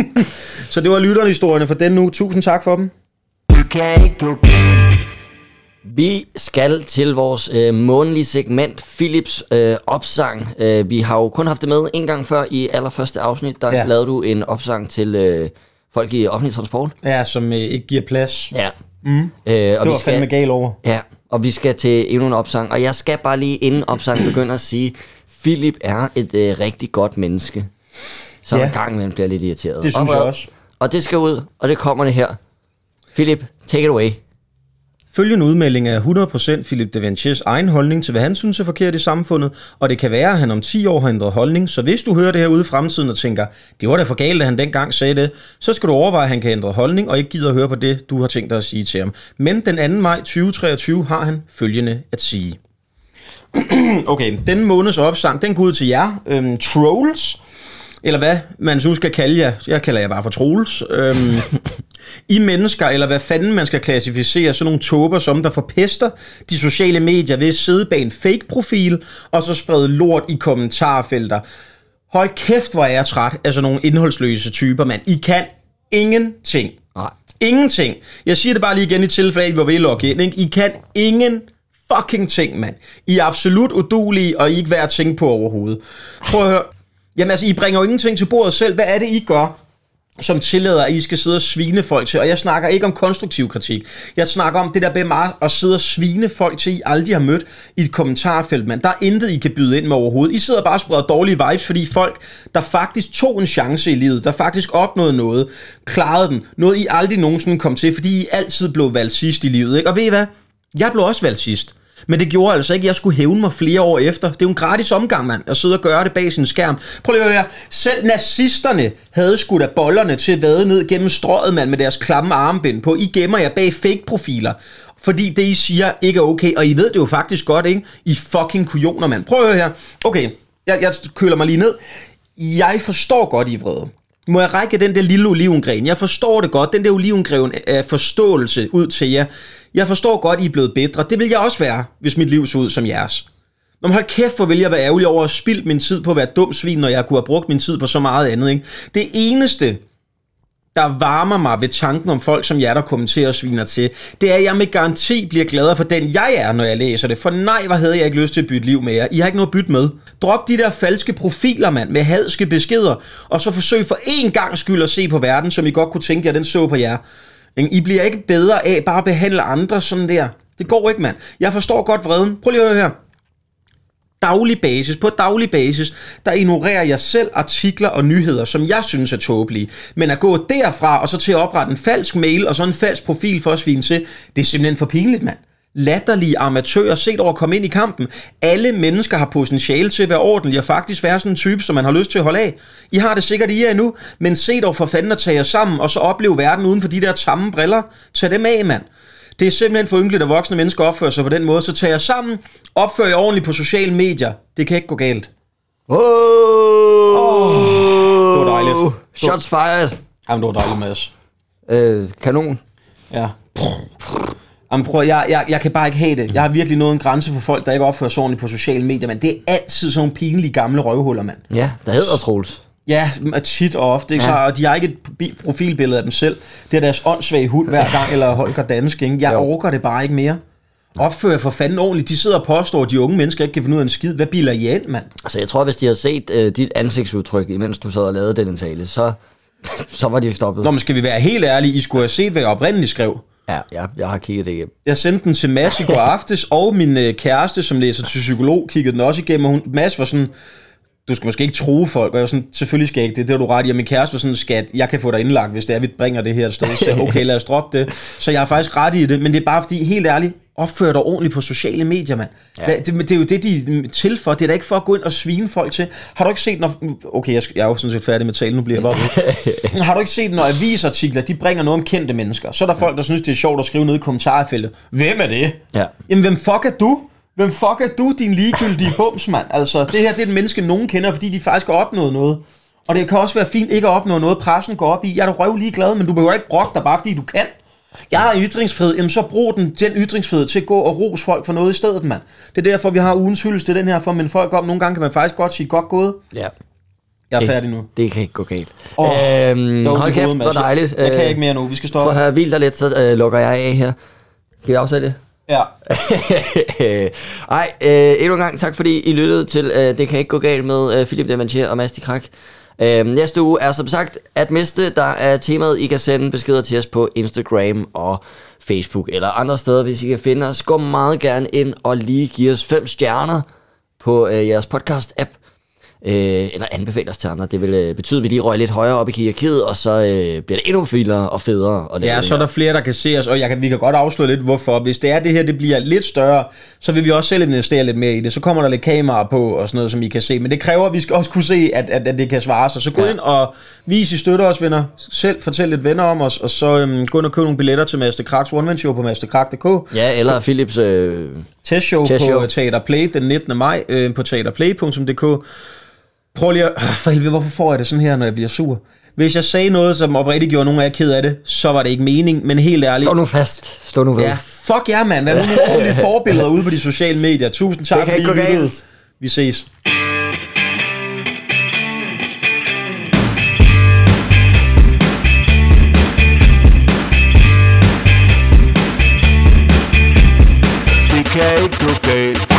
Så det var lytterhistorierne for den nu. Tusind tak for dem. Du kan ikke gå galt. Vi skal til vores øh, månedlige segment, Philips øh, opsang. Øh, vi har jo kun haft det med en gang før i allerførste afsnit. Der ja. lavede du en opsang til øh, folk i offentlig transport. Ja, som øh, ikke giver plads. Ja. Mm. Øh, og det vi var skal, fandme gal over. Ja, og vi skal til endnu en opsang. Og jeg skal bare lige inden opsangen begynder at sige, Philip er et øh, rigtig godt menneske. Så ja. en gang imellem bliver lidt irriteret. Det synes og, jeg også. Og det skal ud, og det kommer det her. Philip, take it away. Følgende udmelding er hundrede procent Philip de Ventures egen holdning til, hvad han synes er forkert i samfundet, og det kan være, at han om ti år har ændret holdning, så hvis du hører det her ude i fremtiden og tænker, det var da for galt, at han dengang sagde det, så skal du overveje, at han kan ændre holdning, og ikke gider at høre på det, du har tænkt dig at sige til ham. Men den anden maj tyve treogtyve har han følgende at sige. Okay, denne måneds opsang, den går ud til jer, øhm, trolls, eller hvad man nu skal kalde jer. Jeg kalder jer bare for trolls. Øhm, I mennesker, eller hvad fanden man skal klassificere, sådan nogle tåber, som der forpester de sociale medier ved at sidde bag en fake-profil, og så sprede lort i kommentarfelter. Hold kæft, hvor er jeg træt af sådan nogle indholdsløse typer, mand. I kan ingenting. Nej. Ingenting. Jeg siger det bare lige igen i tilfælde, at I var ved at logge ind. Ikke? I kan ingen fucking ting, mand. I er absolut udulige, og I er ikke værd at tænke på overhovedet. Prøv at høre. Jamen altså, I bringer jo ingenting til bordet selv. Hvad er det, I gør, som tillader, at I skal sidde og svine folk til? Og jeg snakker ikke om konstruktiv kritik. Jeg snakker om det der med meget at sidde og svine folk til, I aldrig har mødt i et kommentarfelt, mand. Der er intet, I kan byde ind med overhovedet. I sidder bare og spreder dårlige vibes, fordi folk, der faktisk tog en chance i livet, der faktisk opnåede noget, klarede den, noget I aldrig nogensinde kom til, fordi I altid blev valgt sidst i livet, ikke? Og ved I hvad? Jeg blev også valgt sidst. Men det gjorde altså ikke, at jeg skulle hævne mig flere år efter. Det er jo en gratis omgang, mand, at sidde og gøre det bag sin skærm. Prøv lige at høre, selv nazisterne havde skudt af bollerne til at vade ned gennem strøget, mand, med deres klamme armbind på. I gemmer jer bag fake-profiler, fordi det, I siger, ikke er okay. Og I ved det jo faktisk godt, ikke? I fucking kujoner, mand. Prøv at høre her. Okay, jeg, jeg køler mig lige ned. Jeg forstår godt, I er vrede. Må jeg række den der lille olivengren? Jeg forstår det godt. Den der olivengren er forståelse ud til jer. Jeg forstår godt, I er blevet bedre. Det vil jeg også være, hvis mit liv så ud som jeres. Nå, men hold kæft, hvor vil jeg være ærgerlig over at spilde min tid på at være dum svin, når jeg kunne have brugt min tid på så meget andet, ikke? Det eneste, der varmer mig ved tanken om folk som jer, der kommenterer og sviner til, det er, at jeg med garanti bliver gladere for den, jeg er, når jeg læser det. For nej, hvor havde jeg ikke lyst til at bytte liv med jer. I har ikke noget at bytte med. Drop de der falske profiler, mand, med hadske beskeder, og så forsøg for én gang skyld at se på verden, som I godt kunne tænke jer, den så på jer. I bliver ikke bedre af bare at behandle andre sådan der. Det går ikke, mand. Jeg forstår godt vreden. Prøv lige at høre her. Daglig basis, på daglig basis, der ignorerer jeg selv artikler og nyheder, som jeg synes er tåbelige. Men at gå derfra og så til at oprette en falsk mail og så en falsk profil for at svine til, det er simpelthen for pinligt, mand. Latterlige amatører set over at komme ind i kampen. Alle mennesker har potentiale til at være ordentlige og faktisk være sådan en type, som man har lyst til at holde af. I har det sikkert i jer endnu, men se dog for fanden at tage jer sammen og så opleve verden uden for de der tamme briller. Tag dem af, mand. Det er simpelthen for ynkeligt, at voksne mennesker opfører sig på den måde, så tag jer sammen, opfør jer ordentligt på sociale medier. Det kan ikke gå galt. Oh, oh, det var dejligt. Shots fired. Jamen, det var dejligt, Mads. Øh, kanon. Ja. Jamen, prøv, jeg, jeg, jeg kan bare ikke have det. Jeg har virkelig nået en grænse for folk, der ikke opfører sig ordentligt på sociale medier, men det er altid sådan nogle pinlige gamle røvhuller, mand. Ja, der hedder Troels. Ja, tit og ofte, ikke? Ja. Så, og de har ikke et profilbillede af dem selv. Det er deres åndssvage hund hver gang, eller Holger Dansk, ikke? Jeg jo. orker det bare ikke mere. Opfører for fanden ordentligt. De sidder og påstår, at de unge mennesker ikke kan finde ud af en skid. Hvad biler I ind, mand? Altså, jeg tror, hvis de havde set øh, dit ansigtsudtryk, imens du sad og lavede den tale, så, så var de stoppet. Nå, men skal vi være helt ærlige? I skulle have set, hvad jeg oprindeligt skrev. Ja, ja, jeg har kigget det igennem. Jeg sendte den til Mads i går aftes, og min øh, kæreste, som læser til psykolog, kiggede den også igennem, og hun, Mads var sådan, du skal måske ikke true folk, og jeg var sådan, selvfølgelig skal jeg ikke det, det var du ret i, og min kæreste var sådan, skat, jeg kan få dig indlagt, hvis det er, vi bringer det her sted, så okay, lad os droppe det, så jeg er faktisk ret i det, men det er bare fordi, helt ærligt, opfør dig ordentligt på sociale medier, mand. Ja. Det, det er jo det, de er til for. Det er da ikke for at gå ind og svine folk til. Har du ikke set, når... Okay, jeg, jeg er jo sådan set færdig med talen, nu bliver jeg bare... Har du ikke set, når avisartikler, de bringer noget om kendte mennesker, så er der folk, der synes, det er sjovt at skrive noget i kommentarfeltet. Hvem er det? Ja. Jamen, hvem fuck er du? Hvem fuck er du, din ligegyldige bums, mand? Altså, det her, det er et menneske, nogen kender, fordi de faktisk har opnået noget. Og det kan også være fint ikke at opnå noget, pressen går op i. Jeg er da røv ligeglad, men du behøver ikke brokke dig, bare fordi du kan. Jeg har en ytringsfrihed, jamen så brug den, den ytringsfrihed til at gå og rose folk for noget i stedet, mand. Det er derfor, vi har ugens hyldest, det er den her for, men folk om, nogle gange kan man faktisk godt sige, godt gået. Ja. Jeg er det, færdig nu. Det kan ikke gå galt. Oh, øhm, hold kæft, hvor dejligt. Jeg kan ikke mere nu, vi skal stoppe. Prøv at høre, hvil dig lidt, så øh, lukker jeg af her. Skal vi afsætte det? Ja. Ej, øh, endnu en gang tak, fordi I lyttede til øh, Det kan ikke gå galt med øh, Philip Devanchier og Mads de Krak. Øh, næste uge er som sagt at miste, der er temaet. I kan sende beskeder til os på Instagram og Facebook eller andre steder, hvis I kan finde os. Gå meget gerne ind og lige give os fem stjerner på øh, jeres podcast-app. Øh, eller anbefale os til andre. Det vil øh, betyde, at vi lige røger lidt højere op i hierarkiet, og så øh, bliver det endnu filere og federe. Og ja, så er der flere, der kan se os, og jeg kan, vi kan godt afsløre lidt, hvorfor. Hvis det er det her, det bliver lidt større, så vil vi også selv investere lidt mere i det. Så kommer der lidt kamera på og sådan noget, som I kan se. Men det kræver, at vi skal også kunne se, at, at, at det kan svare sig. Så gå ja. ind og vis, I støtter os, venner. Selv fortæl lidt venner om os, og så øhm, gå ind og køb nogle billetter til Mads de Kraks One Man Show på mads de krak punktum d k. Ja, eller Philips øh, testshow, testshow på Teater Play den nittende maj øh, på teaterplay punktum d k. Prøv lige at... Øh, for helvede, hvorfor får jeg det sådan her, når jeg bliver sur? Hvis jeg sagde noget, som oprigtigt gjorde nogen af jer ked af det, så var det ikke mening, men helt ærligt... Stå nu fast. Stå nu ved. Ja, fuck jer, mand. Hvad er nu nogle ordentlige forbilleder ude på de sociale medier? Tusind tak, det kan ikke gå galt. Vi ses. Det kan ikke gå galt.